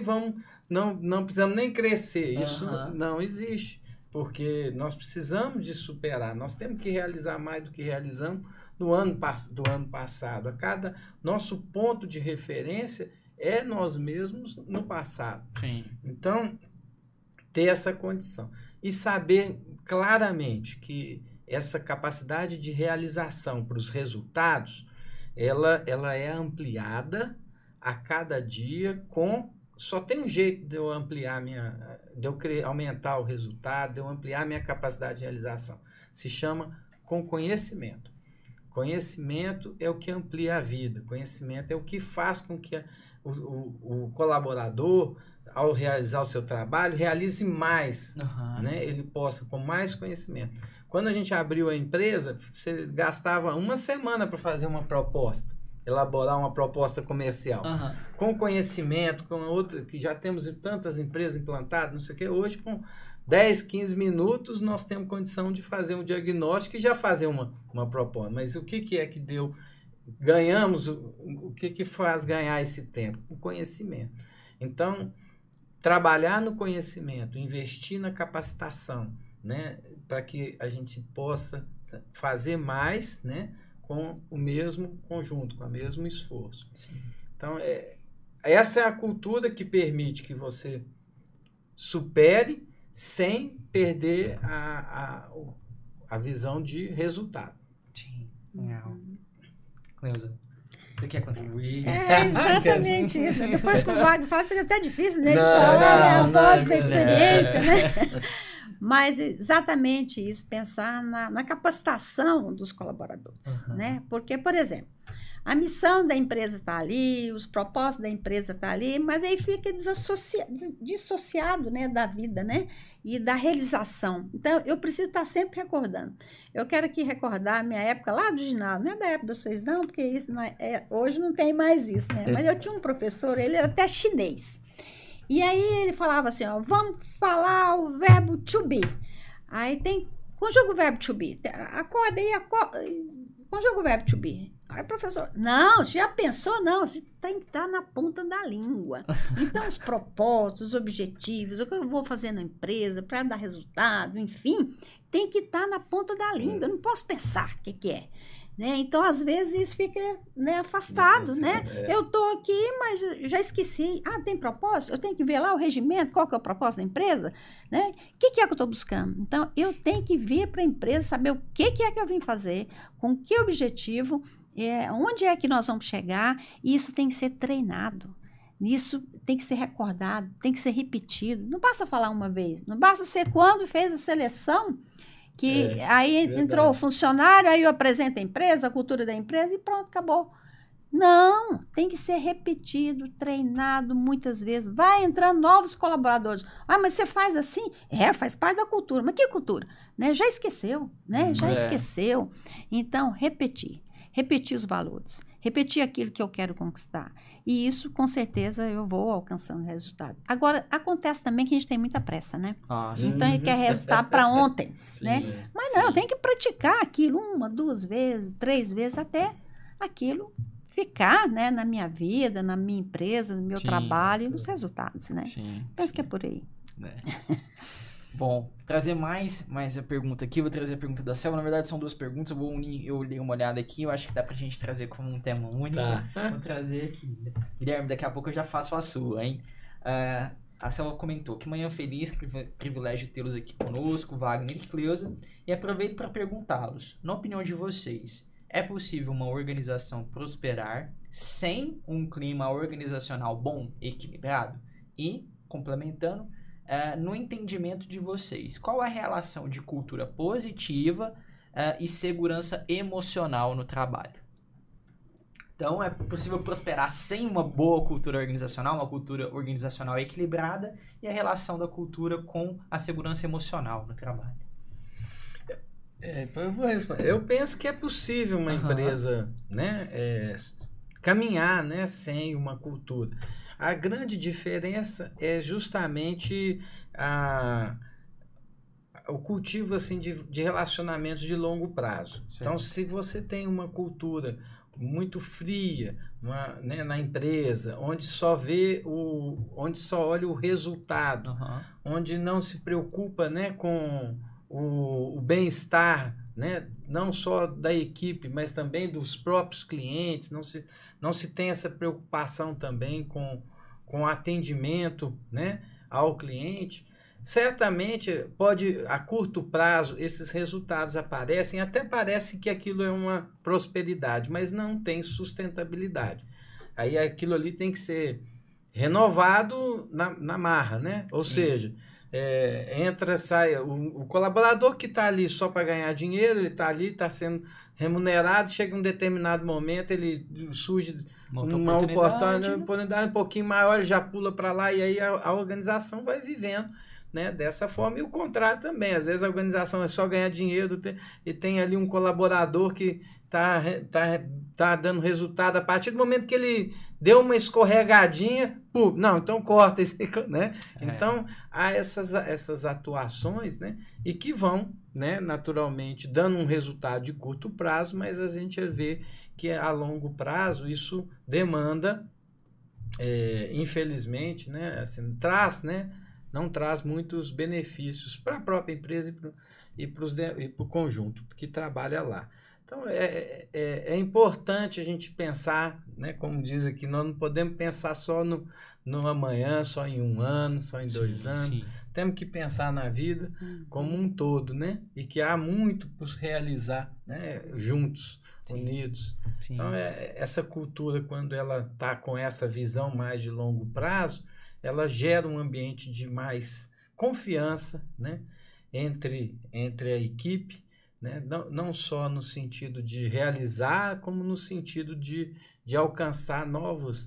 Speaker 2: não precisamos nem crescer. Isso não existe, porque nós precisamos de superar. Nós temos que realizar mais do que realizamos do ano passado. Nosso ponto de referência é nós mesmos no passado.
Speaker 1: Sim.
Speaker 2: Então, ter essa condição e saber claramente que essa capacidade de realização para os resultados, ela é ampliada a cada dia só tem um jeito de eu ampliar aumentar o resultado, de eu ampliar minha capacidade de realização. Se chama com conhecimento. Conhecimento é o que amplia a vida. Conhecimento é o que faz com que o colaborador, ao realizar o seu trabalho, realize mais, né? Ele possa, com mais conhecimento. Quando a gente abriu a empresa, você gastava uma semana para fazer uma proposta, elaborar uma proposta comercial. Com conhecimento, com outra, que já temos tantas empresas implantadas, não sei o que, hoje com 10, 15 minutos nós temos condição de fazer um diagnóstico e já fazer uma proposta. Mas o que é que deu? Ganhamos, o que faz ganhar esse tempo? O conhecimento. Então, trabalhar no conhecimento, investir na capacitação, né, para que a gente possa fazer mais, né, com o mesmo conjunto, com o mesmo esforço.
Speaker 1: Sim.
Speaker 2: Então, essa é a cultura que permite que você supere sem perder a visão de resultado.
Speaker 1: Sim, legal. Cleusa, você quer contribuir?
Speaker 3: É exatamente isso. Depois que o Wagner fala, fica até difícil, né? Ele
Speaker 2: Não,
Speaker 3: falar, né? A
Speaker 2: não,
Speaker 3: voz
Speaker 2: não,
Speaker 3: da experiência, né? Mas exatamente isso, pensar na capacitação dos colaboradores, né? Porque, por exemplo, a missão da empresa está ali, os propósitos da empresa estão ali, mas aí fica dissociado, né, da vida, né, e da realização. Então, eu preciso estar sempre recordando. Eu quero aqui recordar a minha época lá do ginásio, não é da época de vocês não, porque isso hoje não tem mais isso, né, mas eu tinha um professor, ele era até chinês, e aí ele falava assim, ó, vamos falar o verbo to be. Aí conjuga o verbo to be, acorda aí, conjuga o verbo to be. Aí, professor, não, você já pensou? Não, você tem que estar na ponta da língua. Então, os propósitos, os objetivos, o que eu vou fazer na empresa para dar resultado, enfim, tem que estar na ponta da língua. Eu não posso pensar o que é. Né? Então, às vezes, isso fica, né, afastado, né? Eu estou aqui, mas já esqueci. Ah, tem propósito? Eu tenho que ver lá o regimento, qual que é o propósito da empresa? Né? O que é que eu estou buscando? Então, eu tenho que vir para a empresa, saber o que é que eu vim fazer, com que objetivo, onde é que nós vamos chegar, e isso tem que ser treinado. Isso tem que ser recordado, tem que ser repetido. Não basta falar uma vez, não basta ser quando fez a seleção, que aí
Speaker 2: verdade.
Speaker 3: Entrou o funcionário, aí eu apresento a empresa, a cultura da empresa e pronto, acabou. Não, tem que ser repetido, treinado muitas vezes. Vai entrando novos colaboradores. Ah, mas você faz assim? Faz parte da cultura. Mas que cultura? Né? Já esqueceu, né? Já esqueceu. Então, repetir os valores, repetir aquilo que eu quero conquistar. E isso, com certeza, eu vou alcançando resultado. Agora, acontece também que a gente tem muita pressa, né? Então, ele quer resultado para ontem, né? Mas não, eu tenho que praticar aquilo 1, 2 vezes, 3 vezes, até aquilo ficar, né, na minha vida, na minha empresa, no meu trabalho e nos resultados, né? Penso que é por aí.
Speaker 1: Bom, trazer mais a pergunta aqui. Eu vou trazer a pergunta da Selva. Na verdade, são 2 perguntas. Eu vou unir, eu dei uma olhada aqui. Eu acho que dá pra gente trazer como um tema único. Vou trazer aqui. Guilherme, daqui a pouco eu já faço a sua, hein? A Selva comentou: que manhã feliz, que privilégio tê-los aqui conosco, Wagner e Cleusa. E aproveito para perguntá-los: na opinião de vocês, é possível uma organização prosperar sem um clima organizacional bom, equilibrado? E, complementando, no entendimento de vocês, qual a relação de cultura positiva e segurança emocional no trabalho? Então, é possível prosperar sem uma boa cultura organizacional, uma cultura organizacional equilibrada, e a relação da cultura com a segurança emocional no trabalho?
Speaker 2: Eu vou responder. Eu penso que é possível uma empresa, né, caminhar, né, sem uma cultura. A grande diferença é justamente o cultivo assim, de relacionamentos de longo prazo. Certo. Então, se você tem uma cultura muito fria né, na empresa, onde só olha o resultado, onde não se preocupa, né, com o bem-estar, né, não só da equipe, mas também dos próprios clientes, não se tem essa preocupação também com o atendimento, né, ao cliente. Certamente a curto prazo esses resultados aparecem, até parece que aquilo é uma prosperidade, mas não tem sustentabilidade. Aí aquilo ali tem que ser renovado na marra, né? Ou seja, entra, sai, o colaborador que está ali só para ganhar dinheiro, ele está ali, está sendo remunerado, chega um determinado momento, ele surge uma oportunidade um pouquinho maior, ele já pula para lá e aí a organização vai vivendo, né, dessa forma, e o contrário também. Às vezes a organização é só ganhar dinheiro e tem ali um colaborador que tá dando resultado. A partir do momento que ele deu uma escorregadinha, não, então corta isso, né? Então há essas atuações, né, e que vão, né, naturalmente dando um resultado de curto prazo, mas a gente vê que a longo prazo isso demanda, infelizmente, né, assim, não traz muitos benefícios para a própria empresa e para o conjunto que trabalha lá. Então, é importante a gente pensar, né, como diz aqui, nós não podemos pensar só no amanhã, só em 1 ano, só em 2 anos.
Speaker 1: Sim.
Speaker 2: Temos que pensar na vida como um todo, né? E que há muito por realizar, né, juntos, unidos.
Speaker 1: Sim.
Speaker 2: Então, essa cultura, quando ela está com essa visão mais de longo prazo, ela gera um ambiente de mais confiança, né, entre a equipe, né, não só no sentido de realizar, como no sentido de alcançar novos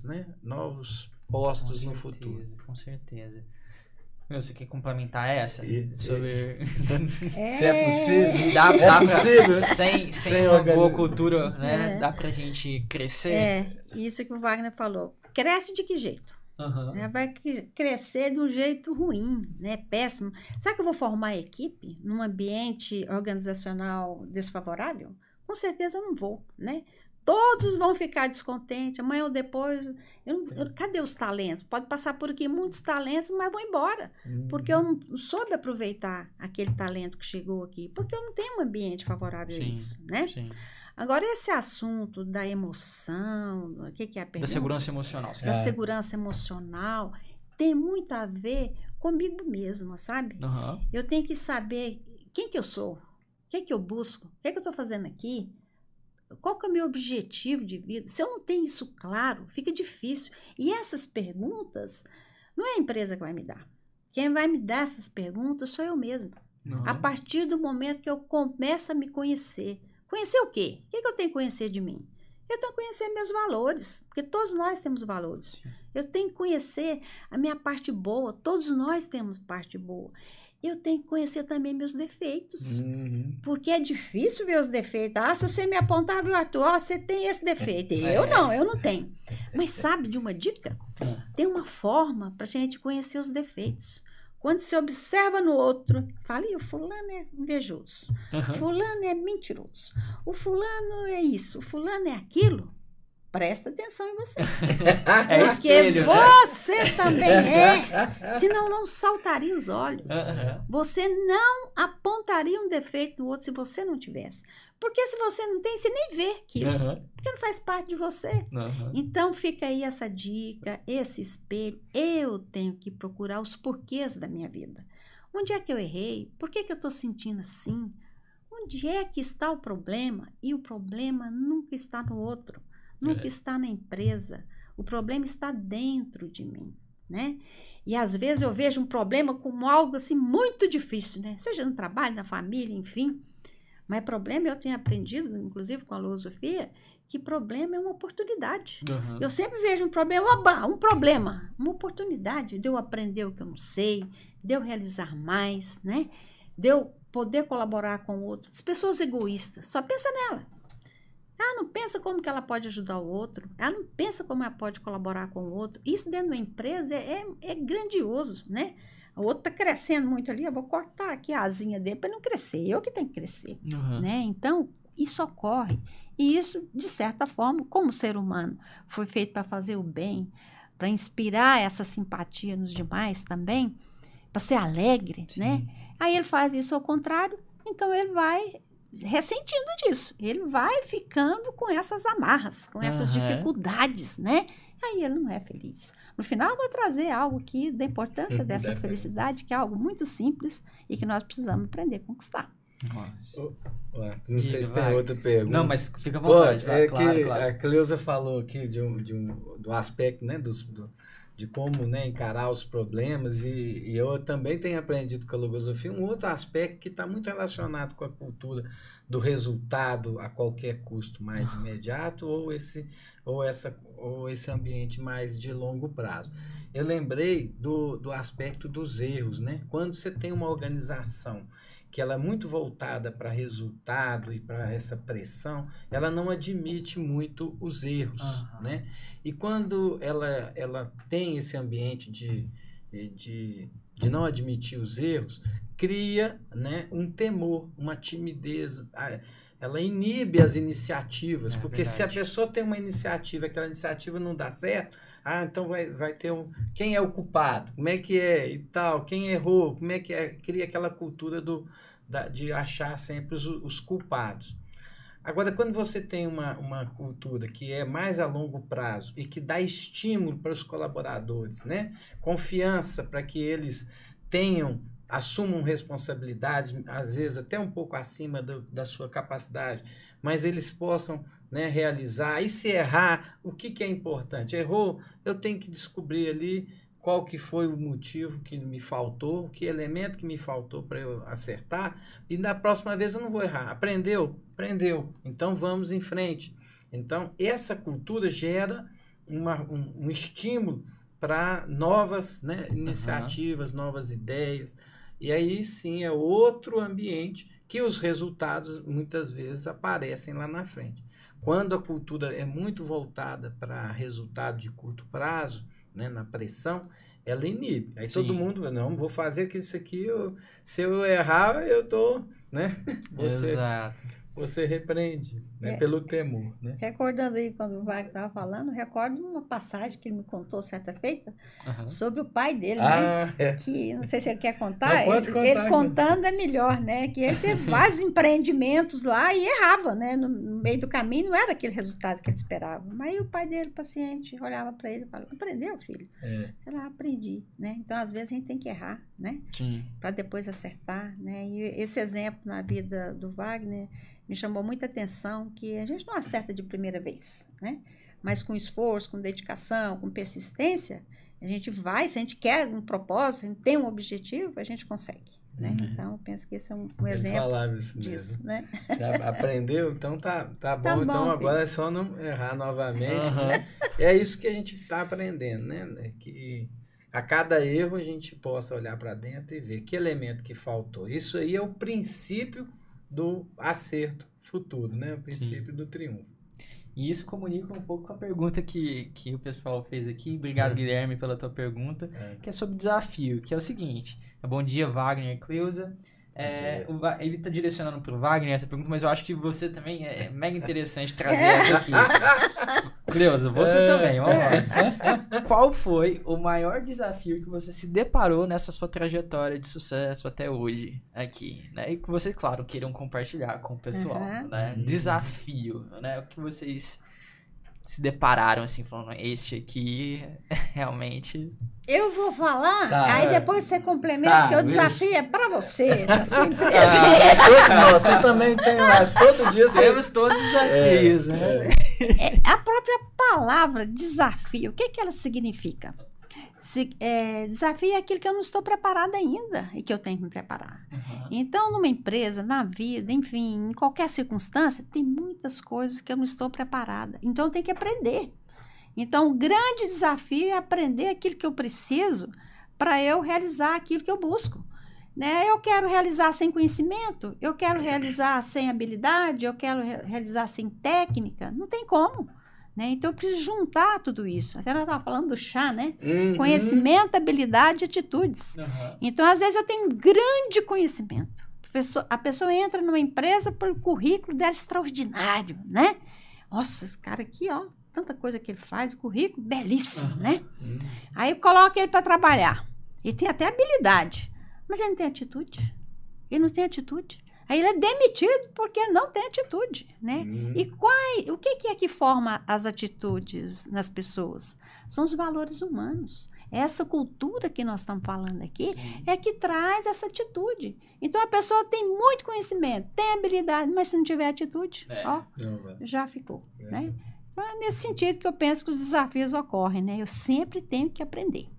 Speaker 2: postos no futuro.
Speaker 1: Com certeza. Meu, você quer complementar essa? Sobre...
Speaker 2: Se é possível.
Speaker 1: Dá
Speaker 2: possível.
Speaker 1: Sem uma boa cultura, né? Dá pra gente crescer.
Speaker 3: Isso que o Wagner falou. Cresce de que jeito? Vai crescer de um jeito ruim, né? Péssimo. Será que eu vou formar equipe num ambiente organizacional desfavorável? Com certeza não vou, né? Todos vão ficar descontentes, amanhã ou depois. Cadê os talentos? Pode passar por aqui muitos talentos, mas vão embora. Porque eu não soube aproveitar aquele talento que chegou aqui. Porque eu não tenho um ambiente favorável a isso, né?
Speaker 1: Sim.
Speaker 3: Agora, esse assunto da emoção, o que é a pergunta?
Speaker 1: Da segurança emocional.
Speaker 3: Da segurança emocional, tem muito a ver comigo mesma, sabe? Eu tenho que saber quem que eu sou, o que eu busco, o que eu estou fazendo aqui, qual que é o meu objetivo de vida. Se eu não tenho isso claro, fica difícil. E essas perguntas, não é a empresa que vai me dar. Quem vai me dar essas perguntas sou eu mesma. A partir do momento que eu começo a me conhecer. Conhecer o quê? O que eu tenho que conhecer de mim? Eu tenho que conhecer meus valores, porque todos nós temos valores. Eu tenho que conhecer a minha parte boa, todos nós temos parte boa. Eu tenho que conhecer também meus defeitos, porque é difícil ver os defeitos. Se você me apontar, viu, Arthur, você tem esse defeito. Eu não tenho. Mas sabe de uma dica? Tem uma forma para a gente conhecer os defeitos. Quando você observa no outro, fala, o fulano é invejoso, fulano é mentiroso, o fulano é isso, o fulano é aquilo. Presta atenção em você. Porque espelho, você também senão não saltaria os olhos. Você não apontaria um defeito no outro se você não tivesse. Porque se você não tem, você nem vê aquilo. Porque não faz parte de você. Então fica aí essa dica, esse espelho. Eu tenho que procurar os porquês da minha vida. Onde é que eu errei? Por que eu estou sentindo assim? Onde é que está o problema? E o problema nunca está no outro. Nunca está na empresa. O problema está dentro de mim, né? E às vezes eu vejo um problema como algo assim muito difícil, né? Seja no trabalho, na família, enfim. Mas problema, eu tenho aprendido, inclusive com a filosofia, que problema é uma oportunidade. Eu sempre vejo um problema, uma oportunidade de eu aprender o que eu não sei, de eu realizar mais, né? De eu poder colaborar com o outro. As pessoas egoístas, só pensa nela. Ela não pensa como que ela pode ajudar o outro. Ela não pensa como ela pode colaborar com o outro. Isso dentro da empresa é grandioso, né? O outro está crescendo muito ali, eu vou cortar aqui a asinha dele para não crescer. Eu que tenho que crescer, né? Então, isso ocorre. E isso, de certa forma, como ser humano, foi feito para fazer o bem, para inspirar essa simpatia nos demais também, para ser alegre, né? Aí ele faz isso ao contrário, então ele vai ressentindo disso. Ele vai ficando com essas amarras, com essas dificuldades, né? Aí ele não é feliz. No final, eu vou trazer algo aqui da importância dessa felicidade, que é algo muito simples e que nós precisamos aprender a conquistar.
Speaker 2: Não sei se tem outra pergunta.
Speaker 1: Não, mas fica à vontade. Claro.
Speaker 2: A Cleusa falou aqui do aspecto, né, de como, né, encarar os problemas, e eu também tenho aprendido com a logosofia um outro aspecto que está muito relacionado com a cultura do resultado a qualquer custo mais imediato ou esse ambiente mais de longo prazo. Eu lembrei do aspecto dos erros, né? Quando você tem uma organização que ela é muito voltada para resultado e para essa pressão, ela não admite muito os erros, né? E quando ela tem esse ambiente de não admitir os erros, cria, né, um temor, uma timidez, ela inibe as iniciativas, porque verdade. Se a pessoa tem uma iniciativa, aquela iniciativa não dá certo, então vai ter quem é o culpado, como é que é e tal, quem errou, como é que é, cria aquela cultura de achar sempre os culpados. Agora, quando você tem uma cultura que é mais a longo prazo e que dá estímulo para os colaboradores, né? Confiança para que eles assumam responsabilidades, às vezes até um pouco acima da sua capacidade, mas eles possam, né, realizar. E se errar, o que é importante? Errou, eu tenho que descobrir ali qual que foi o motivo que me faltou, que elemento que me faltou para eu acertar, e na próxima vez eu não vou errar. Aprendeu? Aprendeu. Então vamos em frente. Então essa cultura gera um estímulo para novas, né, iniciativas, novas ideias. E aí sim é outro ambiente que os resultados muitas vezes aparecem lá na frente. Quando a cultura é muito voltada para resultado de curto prazo, né, na pressão, ela inibe. Aí todo mundo, não, vou fazer que isso aqui, se eu errar, eu tô, né? Você repreende, né, pelo temor, né?
Speaker 3: Recordando aí, quando o Wagner estava falando, recordo uma passagem que ele me contou certa feita sobre o pai dele, né? Que, não sei se ele quer contar, ele contando é melhor, né? Que ele teve vários empreendimentos lá e errava, né? No meio do caminho não era aquele resultado que ele esperava. Mas aí o pai dele, paciente, olhava para ele e falava, aprendeu, filho? Ela aprendi, né? Então, às vezes, a gente tem que errar, né? Para depois acertar, né? E esse exemplo na vida do Wagner me chamou muita atenção, que a gente não acerta de primeira vez, né? Mas com esforço, com dedicação, com persistência, a gente vai, se a gente quer um propósito, a gente tem um objetivo, a gente consegue, né? Então, eu penso que esse é um exemplo disso, né?
Speaker 2: Já aprendeu? Então tá bom. Então agora é só não errar novamente. Né? É isso que a gente está aprendendo, né? Que a cada erro a gente possa olhar para dentro e ver que elemento que faltou. Isso aí é o princípio do acerto futuro, né? O princípio do triunfo.
Speaker 1: E isso comunica um pouco com a pergunta que o pessoal fez aqui. Obrigado, Guilherme, pela tua pergunta, que é sobre desafio, que é o seguinte. Bom dia, Wagner e Cleusa. Ele está direcionando para o Wagner essa pergunta, mas eu acho que você também é mega interessante trazer essa aqui. Cleusa, você também, vamos lá. Qual foi o maior desafio que você se deparou nessa sua trajetória de sucesso até hoje aqui, né? E que vocês, claro, queiram compartilhar com o pessoal, né? Desafio, né? O que vocês se depararam, assim, falando, este aqui, realmente...
Speaker 3: Eu vou falar, aí depois você complementa, porque o desafio é para você, na sua empresa.
Speaker 2: Você também tem lá, todo dia
Speaker 1: temos todos os desafios, né?
Speaker 3: A própria palavra desafio, o que ela significa? Desafio é aquilo que eu não estou preparada ainda e que eu tenho que me preparar. Então, numa empresa, na vida, enfim, em qualquer circunstância, tem muitas coisas que eu não estou preparada. Então, eu tenho que aprender. Então, o grande desafio é aprender aquilo que eu preciso para eu realizar aquilo que eu busco. Né? Eu quero realizar sem conhecimento, eu quero realizar sem habilidade, eu quero realizar sem técnica. Não tem como. Né? Então, eu preciso juntar tudo isso. Até nós estávamos falando do chá, né? Conhecimento, habilidade e atitudes. Então, às vezes, eu tenho um grande conhecimento. A pessoa entra numa empresa pelo currículo dela extraordinário, né? Nossa, esse cara aqui, ó, tanta coisa que ele faz, currículo belíssimo, né? Aí, coloca ele para trabalhar. Ele tem até habilidade, mas ele não tem atitude. Ele não tem atitude. Aí ele é demitido porque não tem atitude, né? E o que é que forma as atitudes nas pessoas? São os valores humanos. Essa cultura que nós estamos falando aqui é que traz essa atitude. Então, a pessoa tem muito conhecimento, tem habilidade, mas se não tiver atitude, já ficou, né? Então, é nesse sentido que eu penso que os desafios ocorrem, né? Eu sempre tenho que aprender.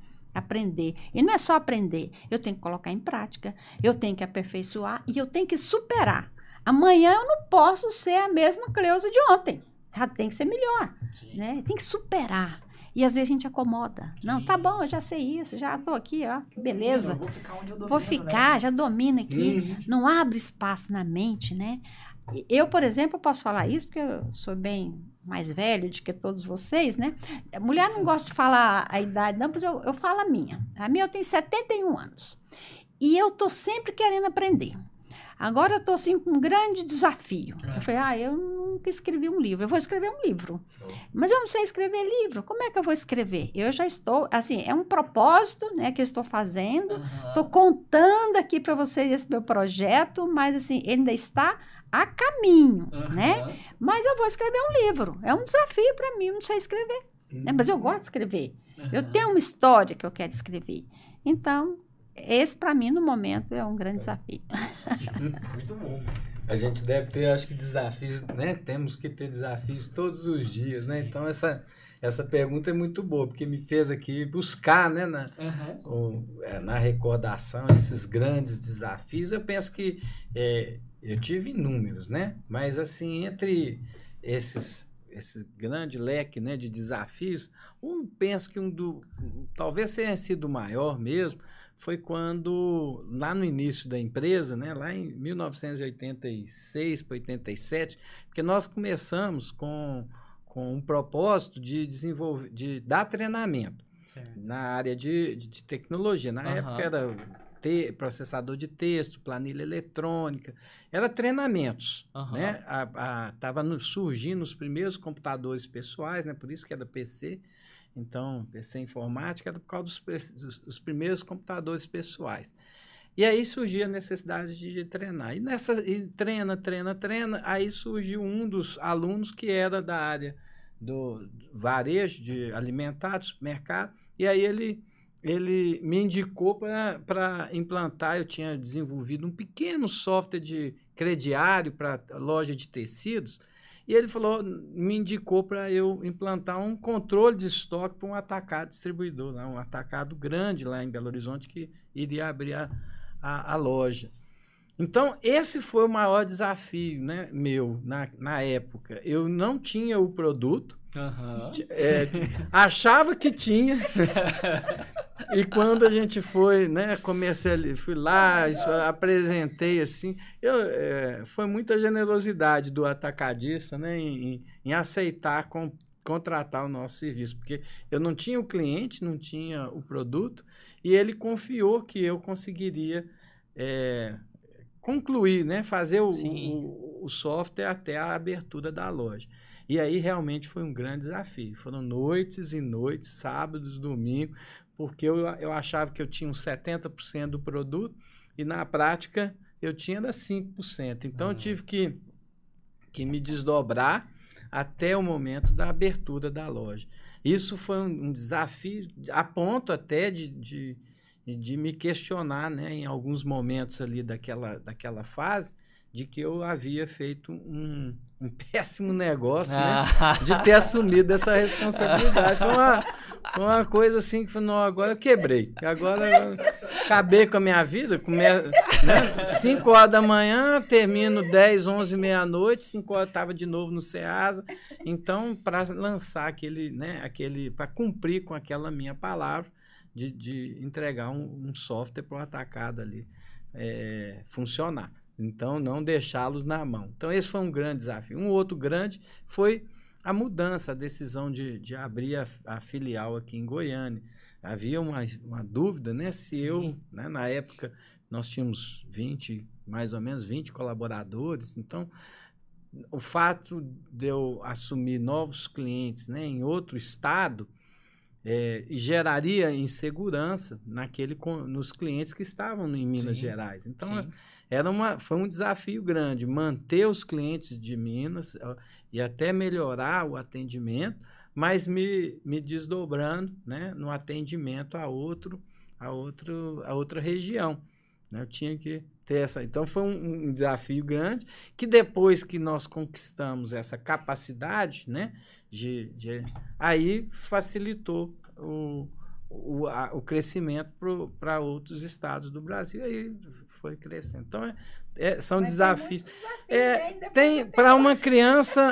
Speaker 3: E não é só aprender, eu tenho que colocar em prática, eu tenho que aperfeiçoar e eu tenho que superar. Amanhã eu não posso ser a mesma Cleusa de ontem, já tem que ser melhor, né? Tem que superar. E às vezes a gente acomoda. Não, tá bom, eu já sei isso, já tô aqui, ó, que beleza.
Speaker 1: Vou ficar onde eu domino,
Speaker 3: vou ficar, né? Já domino aqui. Não abre espaço na mente, né? Eu, por exemplo, eu posso falar isso porque eu sou bem mais velho do que todos vocês, né? A mulher não gosta de falar a idade, não, mas eu falo a minha. A minha eu tenho 71 anos. E eu tô sempre querendo aprender. Agora eu estou assim, com um grande desafio. Eu falei, eu nunca escrevi um livro. Eu vou escrever um livro. Mas eu não sei escrever livro. Como é que eu vou escrever? Eu já estou, assim, é um propósito, né, que eu estou fazendo. Estou contando aqui para vocês esse meu projeto, mas, assim, ele ainda está a caminho, né? Mas eu vou escrever um livro. É um desafio para mim, eu não sei escrever. Né? Mas eu gosto de escrever. Eu tenho uma história que eu quero escrever. Então, esse, para mim, no momento, é um grande desafio.
Speaker 1: Muito bom.
Speaker 2: A gente deve ter, acho que, desafios, né? Temos que ter desafios todos os dias, né? Então, essa pergunta é muito boa, porque me fez aqui buscar, né? Na recordação, esses grandes desafios. Eu penso que eu tive inúmeros, né? Mas, assim, entre esse grande leque, né, de desafios, penso que talvez tenha sido o maior mesmo, foi quando, lá no início da empresa, né, lá em 1986 para 87, porque nós começamos com um propósito de desenvolver, de dar treinamento na área de tecnologia. Na época era processador de texto, planilha eletrônica, era treinamentos, né? Tava surgindo os primeiros computadores pessoais, né? Por isso que era PC. Então, PC informática era por causa dos primeiros computadores pessoais. E aí surgia a necessidade de treinar. E treina, aí surgiu um dos alunos que era da área do varejo, de alimentar, de supermercado, e aí ele me indicou para implantar. Eu tinha desenvolvido um pequeno software de crediário para loja de tecidos, e ele me indicou para eu implantar um controle de estoque para um atacado distribuidor, um atacado grande lá em Belo Horizonte que iria abrir a loja. Então, esse foi o maior desafio, né, meu, na época. Eu não tinha o produto, achava que tinha, e quando a gente foi, né, fui lá, apresentei assim, foi muita generosidade do atacadista, né, em aceitar contratar o nosso serviço, porque eu não tinha o cliente, não tinha o produto, e ele confiou que eu conseguiria concluir, né, fazer o software até a abertura da loja. E aí realmente foi um grande desafio. Foram noites e noites, sábados, domingos, porque eu achava que eu tinha uns 70% do produto e na prática eu tinha 5%. Então eu tive que me desdobrar até o momento da abertura da loja. Isso foi um desafio a ponto até de me questionar, né, em alguns momentos ali daquela fase, de que eu havia feito um péssimo negócio, né, de ter assumido essa responsabilidade. Foi uma coisa assim que não, agora eu quebrei. Agora eu acabei com a minha vida. 5 horas da manhã, termino 10, 11, meia-noite, 5 horas estava de novo no Ceasa. Então, para lançar para cumprir com aquela minha palavra, de entregar um software para o atacado ali funcionar. Então, não deixá-los na mão. Então, esse foi um grande desafio. Um outro grande foi a mudança, a decisão de abrir a filial aqui em Goiânia. Havia uma dúvida, né? Se né, na época, nós tínhamos mais ou menos 20 colaboradores. Então, o fato de eu assumir novos clientes, né, em outro estado, geraria insegurança nos clientes que estavam em Minas Gerais. Então, foi um desafio grande manter os clientes de Minas e até melhorar o atendimento, mas me desdobrando, né, no atendimento a outra região. Né? Eu tinha que ter essa. Então, foi um desafio grande, que depois que nós conquistamos essa capacidade, né, aí facilitou o crescimento para outros estados do Brasil, aí foi crescendo. Então, são desafios. Tem para uma criança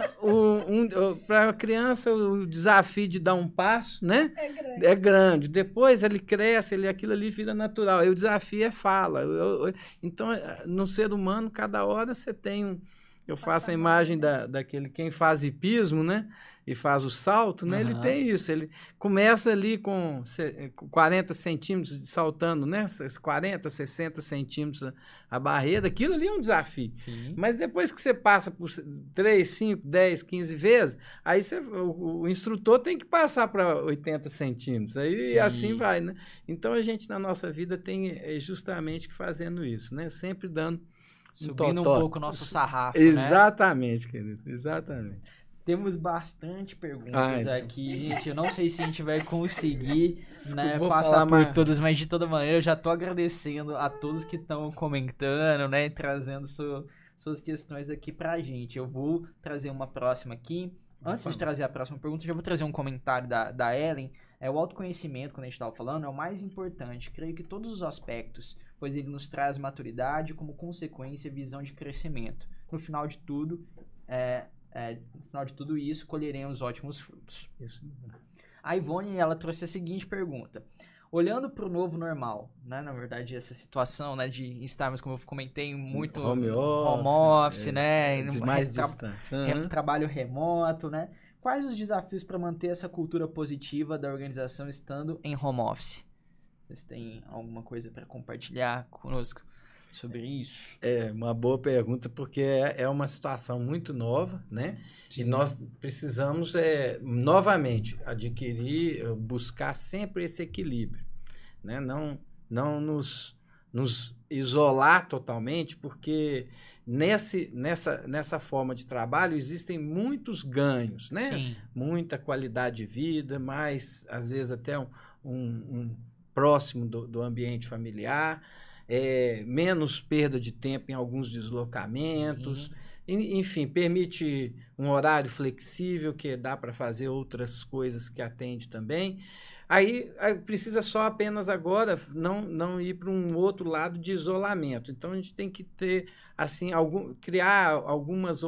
Speaker 2: o desafio de dar um passo, né? É grande. Depois ele cresce, aquilo ali vira natural. E o desafio é fala. Então, no ser humano, cada hora você tem Eu faço a imagem daquele quem faz hipismo, né? E faz o salto, né? Ele tem isso. Ele começa ali com 40 centímetros saltando, né? 40, 60 centímetros a barreira. Aquilo ali é um desafio.
Speaker 1: Sim.
Speaker 2: Mas depois que você passa por 3, 5, 10, 15 vezes, aí o instrutor tem que passar para 80 centímetros. Aí assim vai, né? Então a gente na nossa vida tem justamente que fazendo isso, né? Sempre dando
Speaker 1: subindo um pouco o nosso sarrafo,
Speaker 2: exatamente, né? Querido, exatamente.
Speaker 1: Temos bastante perguntas aqui, gente. Eu não sei se a gente vai conseguir passar por todas, mas de toda maneira eu já tô agradecendo a todos que estão comentando, né? Trazendo suas questões aqui pra gente. Eu vou trazer uma próxima aqui. Antes de trazer a próxima pergunta, eu já vou trazer um comentário da Ellen. O autoconhecimento, quando a gente estava falando, é o mais importante. Creio que todos os aspectos, pois ele nos traz maturidade como consequência e visão de crescimento. No final de tudo, no final de tudo isso, colheremos ótimos frutos.
Speaker 2: Isso.
Speaker 1: A Ivone, ela trouxe a seguinte pergunta. Olhando para o novo normal, né? Na verdade, essa situação, né, de estarmos, como eu comentei, muito
Speaker 2: home
Speaker 1: office, né?
Speaker 2: Mais distância.
Speaker 1: Trabalho remoto, né? Quais os desafios para manter essa cultura positiva da organização estando em home office? Vocês têm alguma coisa para compartilhar conosco sobre isso?
Speaker 2: É uma boa pergunta, porque é uma situação muito nova, né? Sim. E nós precisamos, novamente, buscar sempre esse equilíbrio, né? Não nos isolar totalmente, porque nessa forma de trabalho existem muitos ganhos, né?
Speaker 1: Sim.
Speaker 2: Muita qualidade de vida, mais, às vezes, até um próximo do ambiente familiar, menos perda de tempo em alguns deslocamentos, enfim, permite um horário flexível que dá para fazer outras coisas que atende também. Aí precisa só apenas agora não ir para um outro lado de isolamento. Então a gente tem que ter assim criar algumas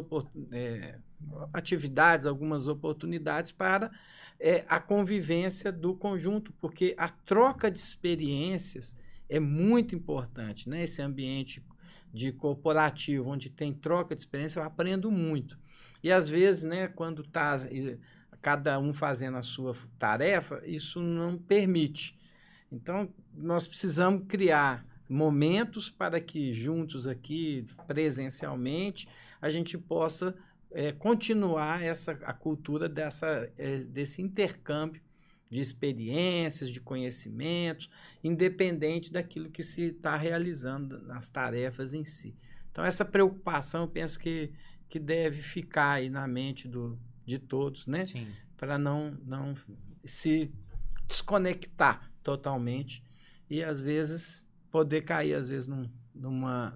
Speaker 2: atividades, algumas oportunidades para a convivência do conjunto, porque a troca de experiências é muito importante, né? Esse ambiente de corporativo, onde tem troca de experiência, eu aprendo muito. E às vezes, né, quando está cada um fazendo a sua tarefa, isso não permite. Então, nós precisamos criar momentos para que juntos aqui, presencialmente, a gente possa continuar a cultura desse intercâmbio de experiências, de conhecimentos, independente daquilo que se está realizando nas tarefas em si. Então, essa preocupação, eu penso que deve ficar aí na mente de todos, né? Para não se desconectar totalmente e, às vezes, poder cair, às vezes, numa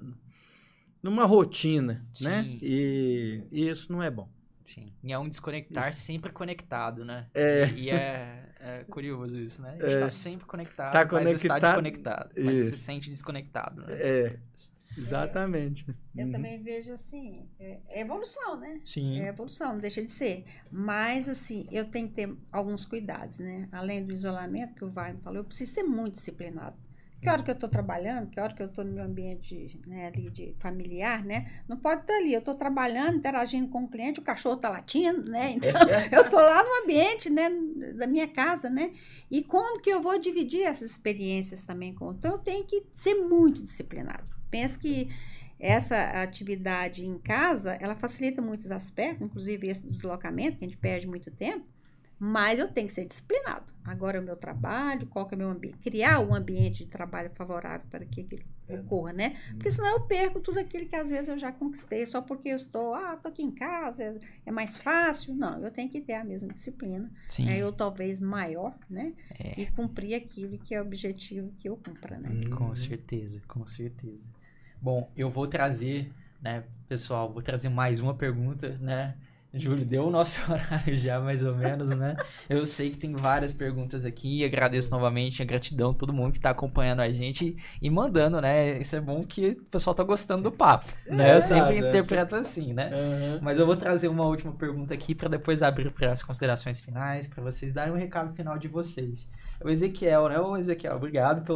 Speaker 2: rotina, né? E isso não é bom.
Speaker 1: Sim. E é um desconectar sempre conectado, né? E é curioso isso, né? A gente está sempre conectado, mas está desconectado. Mas se sente desconectado, né?
Speaker 2: Exatamente.
Speaker 3: Eu também vejo assim, é evolução, né?
Speaker 1: Sim.
Speaker 3: É evolução, não deixa de ser. Mas, assim, eu tenho que ter alguns cuidados, né? Além do isolamento que o Wagner falou, eu preciso ser muito disciplinado. Que hora que eu estou trabalhando, que hora que eu estou no meu ambiente, né, ali de familiar, né? Não pode estar ali. Eu estou trabalhando, interagindo com o cliente, o cachorro está latindo, né? Então, eu estou lá no ambiente, né, da minha casa, né? E como que eu vou dividir essas experiências também com o outro? Então, eu tenho que ser muito disciplinado. Penso que essa atividade em casa, ela facilita muitos aspectos, inclusive esse deslocamento, que a gente perde muito tempo. Mas eu tenho que ser disciplinado. Agora é o meu trabalho, qual que é o meu ambiente. Criar um ambiente de trabalho favorável para que aquilo ocorra, né? Porque senão eu perco tudo aquilo que às vezes eu já conquistei, só porque eu estou aqui em casa, é mais fácil. Não, eu tenho que ter a mesma disciplina. Eu talvez maior, né? E cumprir aquilo que é o objetivo que eu cumpra, né?
Speaker 1: Com certeza, com certeza. Bom, eu vou trazer, né, pessoal, vou trazer mais uma pergunta, né? Júlio, deu o nosso horário já, mais ou menos, né? Eu sei que tem várias perguntas aqui e agradeço novamente a gratidão a todo mundo que está acompanhando a gente e mandando, né? Isso é bom que o pessoal tá gostando do papo, né? Eu sempre interpreto assim, né? Mas eu vou trazer uma última pergunta aqui para depois abrir para as considerações finais, para vocês darem um recado final de vocês. O Ezequiel, né? Ô, Ezequiel, obrigado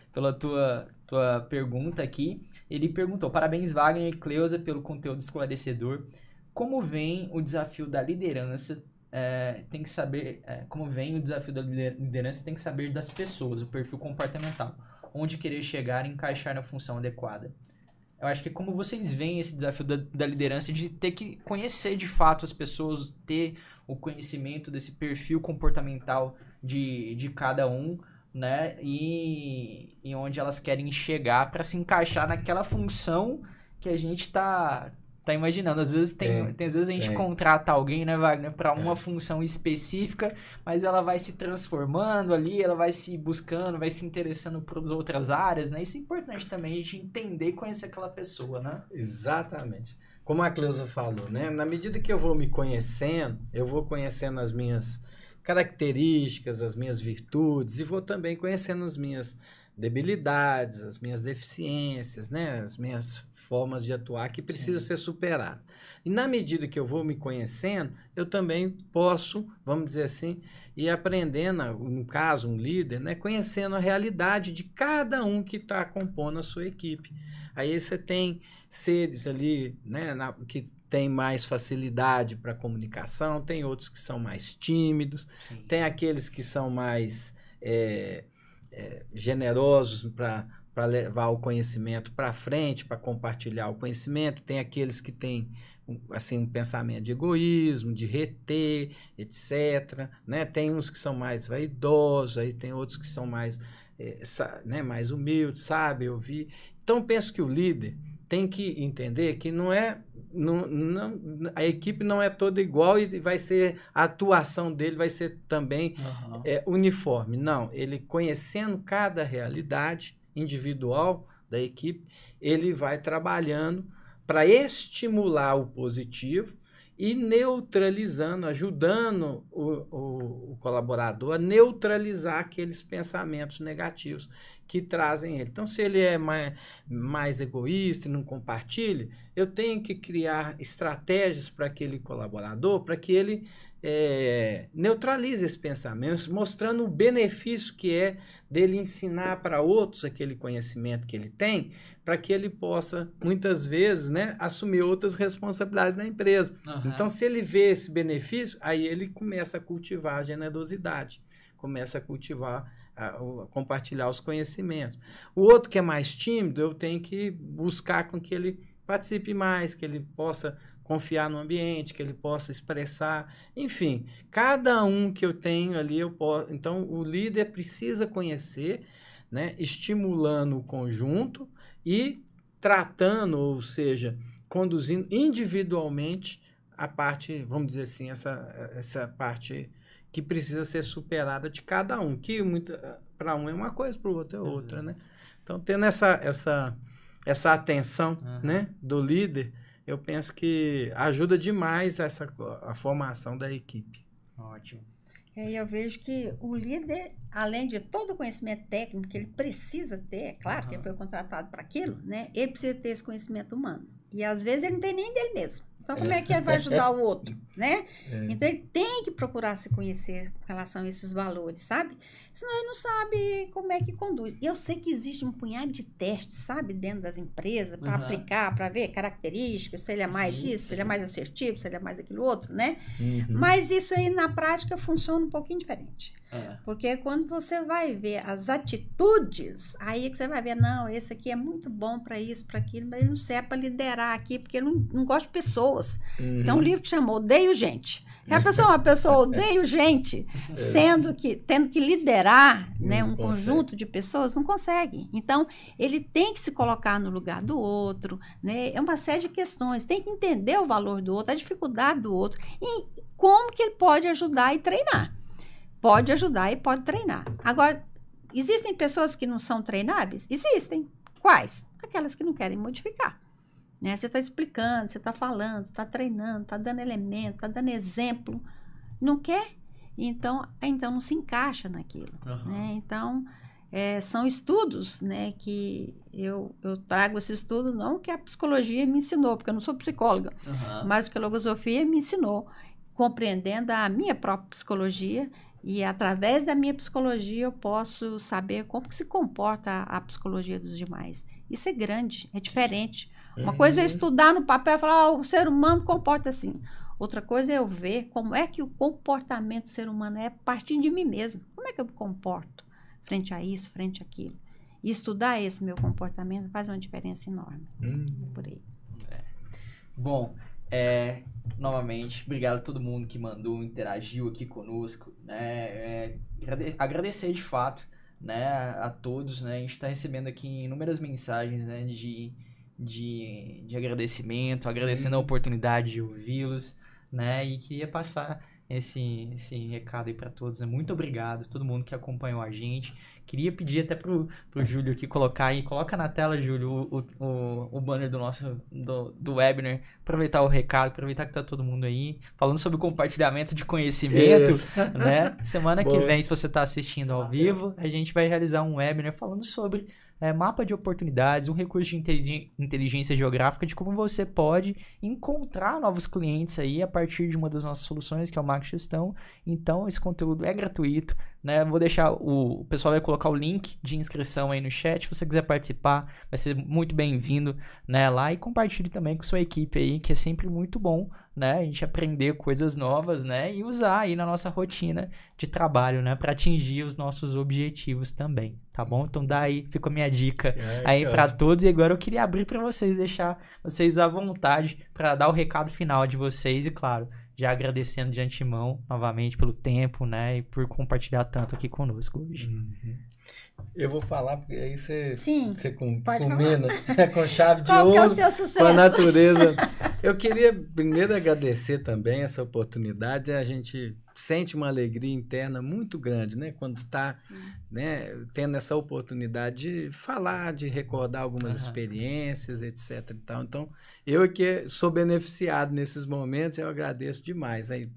Speaker 1: pela tua pergunta aqui. Ele perguntou: parabéns, Wagner e Cleusa, pelo conteúdo esclarecedor. Como vem o desafio da liderança? Tem que saber como vem o desafio da liderança, tem que saber das pessoas, o perfil comportamental, onde querer chegar e encaixar na função adequada. Eu acho que como vocês veem esse desafio da liderança de ter que conhecer de fato as pessoas, ter o conhecimento desse perfil comportamental de cada um, né? E onde elas querem chegar para se encaixar naquela função que a gente tá imaginando. Às vezes às vezes a gente contrata alguém, né, Wagner, para uma função específica, mas ela vai se transformando ali, ela vai se buscando, vai se interessando por outras áreas, né? Isso é importante também, a gente entender e conhecer aquela pessoa, né?
Speaker 2: Exatamente. Como a Cleusa falou, né? Na medida que eu vou me conhecendo, eu vou conhecendo as minhas características, as minhas virtudes, e vou também conhecendo as minhas debilidades, as minhas deficiências, né? As minhas formas de atuar que precisam ser superadas. E na medida que eu vou me conhecendo, eu também posso, vamos dizer assim, ir aprendendo, no caso, um líder, né? Conhecendo a realidade de cada um que está compondo a sua equipe. Aí você tem seres ali, né? Que tem mais facilidade para comunicação, tem outros que são mais tímidos, tem aqueles que são mais generosos para levar o conhecimento para frente, para compartilhar o conhecimento, tem aqueles que têm assim, um pensamento de egoísmo, de reter, etc. Né? Tem uns que são mais vaidosos, aí tem outros que são mais, mais humildes, sabem ouvir. Então, penso que o líder tem que entender que a equipe não é toda igual e vai ser, a atuação dele vai ser também uniforme. Não, ele conhecendo cada realidade individual da equipe, ele vai trabalhando para estimular o positivo e neutralizando, ajudando o colaborador a neutralizar aqueles pensamentos negativos que trazem ele. Então, se ele é mais egoísta e não compartilha, eu tenho que criar estratégias para aquele colaborador, para que ele neutralize esse pensamento, mostrando o benefício que é dele ensinar para outros aquele conhecimento que ele tem, para que ele possa, muitas vezes, né, assumir outras responsabilidades na empresa. Uhum. Então, se ele vê esse benefício, aí ele começa a cultivar a generosidade, começa a cultivar, a compartilhar os conhecimentos. O outro que é mais tímido, eu tenho que buscar com que ele participe mais, que ele possa confiar no ambiente, que ele possa expressar, enfim, cada um que eu tenho ali, eu posso. Então, o líder precisa conhecer, né, estimulando o conjunto e tratando, ou seja, conduzindo individualmente a parte, vamos dizer assim, essa parte que precisa ser superada de cada um, que para um é uma coisa, para o outro é outra, né? Então, tendo essa atenção, né, do líder, eu penso que ajuda demais a formação da equipe.
Speaker 1: Ótimo.
Speaker 3: E eu vejo que o líder, além de todo o conhecimento técnico que ele precisa ter, é claro que ele foi contratado para aquilo, né? Ele precisa ter esse conhecimento humano. E às vezes ele não tem nem dele mesmo. Então, como é que ele vai ajudar o outro, né? Então, ele tem que procurar se conhecer com relação a esses valores, sabe? Senão ele não sabe como é que conduz. E eu sei que existe um punhado de testes, sabe? Dentro das empresas, para aplicar, para ver características, se ele é mais se ele é mais assertivo, se ele é mais aquilo outro, né? Mas isso aí, na prática, funciona um pouquinho diferente. Porque quando você vai ver as atitudes, aí é que você vai ver, não, esse aqui é muito bom para isso, para aquilo, mas ele não serve para liderar aqui, porque ele não gosta de pessoas. Tem um livro que chama Odeio Gente. Uma pessoa odeia gente, tendo que liderar, né, um conjunto de pessoas, não consegue. Então, ele tem que se colocar no lugar do outro, né? É uma série de questões. Tem que entender o valor do outro, a dificuldade do outro e como que ele pode ajudar e treinar. Pode ajudar e pode treinar. Agora, existem pessoas que não são treináveis? Existem. Quais? Aquelas que não querem modificar. Né? Você está explicando, você está falando, você está treinando, está dando elemento, está dando exemplo. Não quer? Então não se encaixa naquilo. Né? Então, são estudos, né, que eu trago esse estudo, não que a psicologia me ensinou, porque eu não sou psicóloga, mas que a logosofia me ensinou, compreendendo a minha própria psicologia E através da minha psicologia eu posso saber como que se comporta a psicologia dos demais. Isso é grande, é diferente. Uma coisa é estudar no papel e falar, o ser humano comporta assim. Outra coisa é eu ver como é que o comportamento do ser humano é partindo de mim mesmo. Como é que eu me comporto frente a isso, frente àquilo? E estudar esse meu comportamento faz uma diferença enorme. Por aí.
Speaker 1: Bom, novamente, obrigado a todo mundo que mandou, interagiu aqui conosco, né? Agradecer de fato, né, a todos, né? A gente está recebendo aqui inúmeras mensagens, né, de agradecimento, agradecendo a oportunidade de ouvi-los, né? E queria passar esse recado aí para todos, né? Muito obrigado a todo mundo que acompanhou a gente. Queria pedir até pro Júlio aqui coloca na tela, Júlio, o banner do webinar, aproveitar o recado, aproveitar que tá todo mundo aí, falando sobre compartilhamento de conhecimento, né? Semana que vem, se você tá assistindo ao vivo, a gente vai realizar um webinar falando sobre mapa de oportunidades, um recurso de inteligência geográfica de como você pode encontrar novos clientes aí a partir de uma das nossas soluções, que é o Marketing Gestão. Então, esse conteúdo é gratuito, né? Vou deixar, o pessoal vai colocar o link de inscrição aí no chat, se você quiser participar, vai ser muito bem-vindo, né, lá, e compartilhe também com sua equipe aí, que é sempre muito bom, né, a gente aprender coisas novas, né, e usar aí na nossa rotina de trabalho, né, para atingir os nossos objetivos também, tá bom? Então daí fica a minha dica aí para todos, e agora eu queria abrir para vocês, deixar vocês à vontade para dar o recado final de vocês e, claro, já agradecendo de antemão novamente pelo tempo, né, e por compartilhar tanto aqui conosco hoje.
Speaker 2: Eu vou falar, porque aí você
Speaker 3: pode
Speaker 2: combina com chave de
Speaker 3: Qual
Speaker 2: ouro,
Speaker 3: que é o seu sucesso?
Speaker 2: com a natureza. Eu queria primeiro agradecer também essa oportunidade. A gente sente uma alegria interna muito grande, né? Quando está, né, tendo essa oportunidade de falar, de recordar algumas experiências, etc. E tal. Então, eu que sou beneficiado nesses momentos, eu agradeço demais. Aí,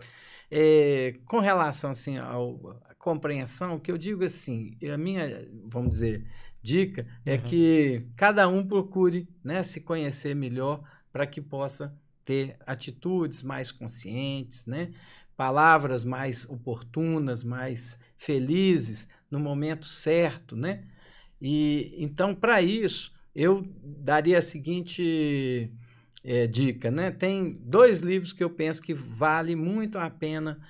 Speaker 2: com relação assim, ao compreensão, que eu digo assim, a minha, vamos dizer, dica é que cada um procure, né, se conhecer melhor para que possa ter atitudes mais conscientes, né, palavras mais oportunas, mais felizes no momento certo, né? E então, para isso, eu daria a seguinte dica, né? Tem 2 livros que eu penso que vale muito a pena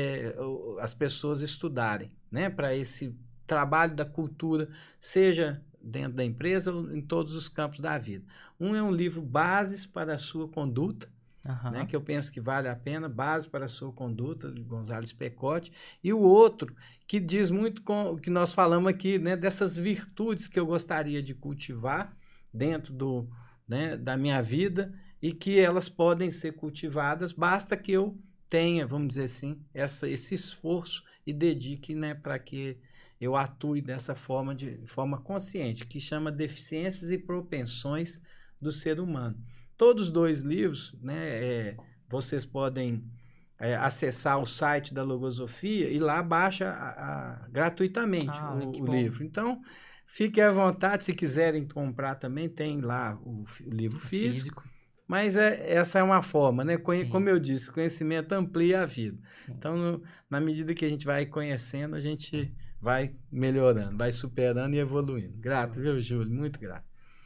Speaker 2: as pessoas estudarem, né? Para esse trabalho da cultura, seja dentro da empresa ou em todos os campos da vida. Um é um livro Bases para a Sua Conduta, né? Que eu penso que vale a pena, Bases para a Sua Conduta, de Gonzales Pecote. E o outro, que diz muito com o que nós falamos aqui, né? Dessas virtudes que eu gostaria de cultivar dentro né, da minha vida, e que elas podem ser cultivadas, basta que eu tenha, vamos dizer assim, esse esforço e dedique, né, para que eu atue dessa forma, de forma consciente, que chama Deficiências e Propensões do Ser Humano. Todos os 2 livros, né, vocês podem acessar o site da Logosofia e lá baixa gratuitamente o livro. Então, fiquem à vontade, se quiserem comprar também, tem lá o livro físico. Mas essa é uma forma, né? Como eu disse, conhecimento amplia a vida. Sim. Então, na medida que a gente vai conhecendo, a gente vai melhorando, vai superando e evoluindo. Grato, viu, Júlio? Muito grato.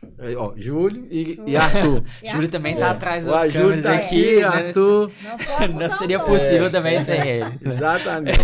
Speaker 2: Júlio e Arthur.
Speaker 1: Júlio também está atrás das câmeras
Speaker 2: tá
Speaker 1: aqui.
Speaker 2: Né? Arthur.
Speaker 1: Não seria possível também sem ele.
Speaker 2: Exatamente.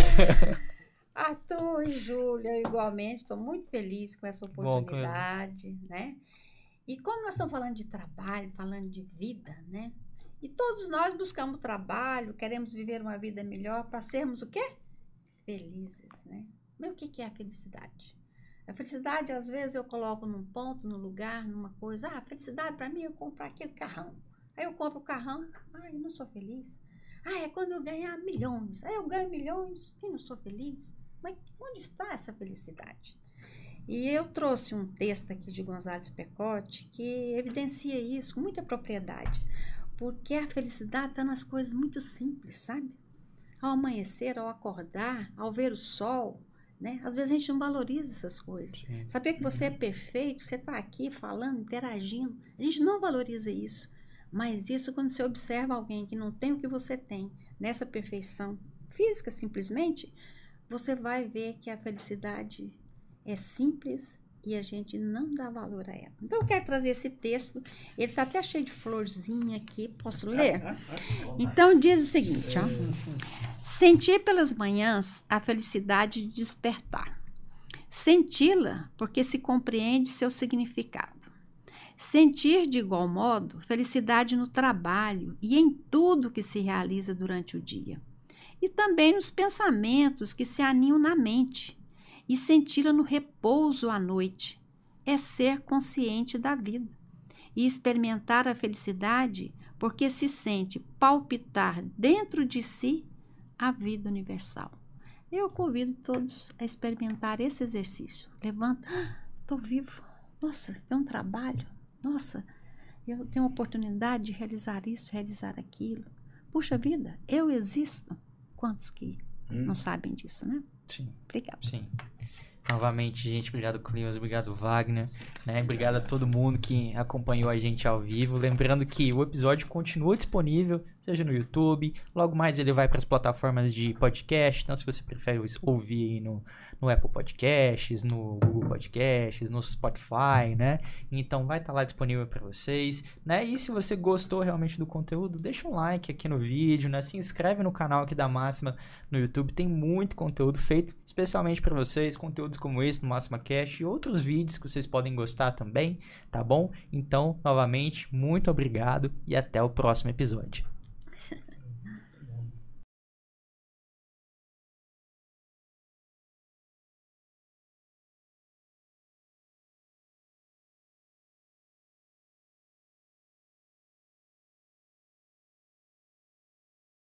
Speaker 3: Arthur e Júlia, igualmente, estou muito feliz com essa oportunidade, né? E como nós estamos falando de trabalho, falando de vida, né? E todos nós buscamos trabalho, queremos viver uma vida melhor para sermos o quê? Felizes, né? Mas o que é a felicidade? A felicidade, às vezes, eu coloco num ponto, num lugar, numa coisa. A felicidade para mim é comprar aquele carrão. Aí eu compro o carrão, eu não sou feliz. É quando eu ganhar milhões. Aí eu ganho milhões e não sou feliz. Mas onde está essa felicidade? E eu trouxe um texto aqui de Gonzales Pecote que evidencia isso com muita propriedade. Porque a felicidade está nas coisas muito simples, sabe? Ao amanhecer, ao acordar, ao ver o sol, né? Às vezes a gente não valoriza essas coisas. Sim. Saber que você é perfeito, você está aqui falando, interagindo, a gente não valoriza isso. Mas isso quando você observa alguém que não tem o que você tem, nessa perfeição física simplesmente, você vai ver que a felicidade é simples e a gente não dá valor a ela. Então, eu quero trazer esse texto. Ele está até cheio de florzinha aqui. Posso ler? Então, diz o seguinte, ó. Sentir pelas manhãs a felicidade de despertar. Senti-la porque se compreende seu significado. Sentir, de igual modo, felicidade no trabalho e em tudo que se realiza durante o dia. E também nos pensamentos que se aninham na mente. E senti-la no repouso à noite. É ser consciente da vida. E experimentar a felicidade porque se sente palpitar dentro de si a vida universal. Eu convido todos a experimentar esse exercício. Levanta, estou vivo. Nossa, é um trabalho. Nossa, eu tenho a oportunidade de realizar isso, realizar aquilo. Puxa vida, eu existo. Quantos que não sabem disso, né?
Speaker 1: Sim.
Speaker 3: Obrigada.
Speaker 1: Sim. Novamente, gente, obrigado, Cleons, obrigado, Wagner, né? Obrigado a todo mundo que acompanhou a gente ao vivo. Lembrando que o episódio continua disponível, seja no YouTube, logo mais ele vai para as plataformas de podcast, então se você prefere ouvir aí no Apple Podcasts, no Google Podcasts, no Spotify, né? Então vai estar lá disponível para vocês, né? E se você gostou realmente do conteúdo, deixa um like aqui no vídeo, né? Se inscreve no canal aqui da Máxima no YouTube, tem muito conteúdo feito especialmente para vocês, conteúdos como esse no Máxima Cash e outros vídeos que vocês podem gostar também, tá bom? Então, novamente, muito obrigado e até o próximo episódio.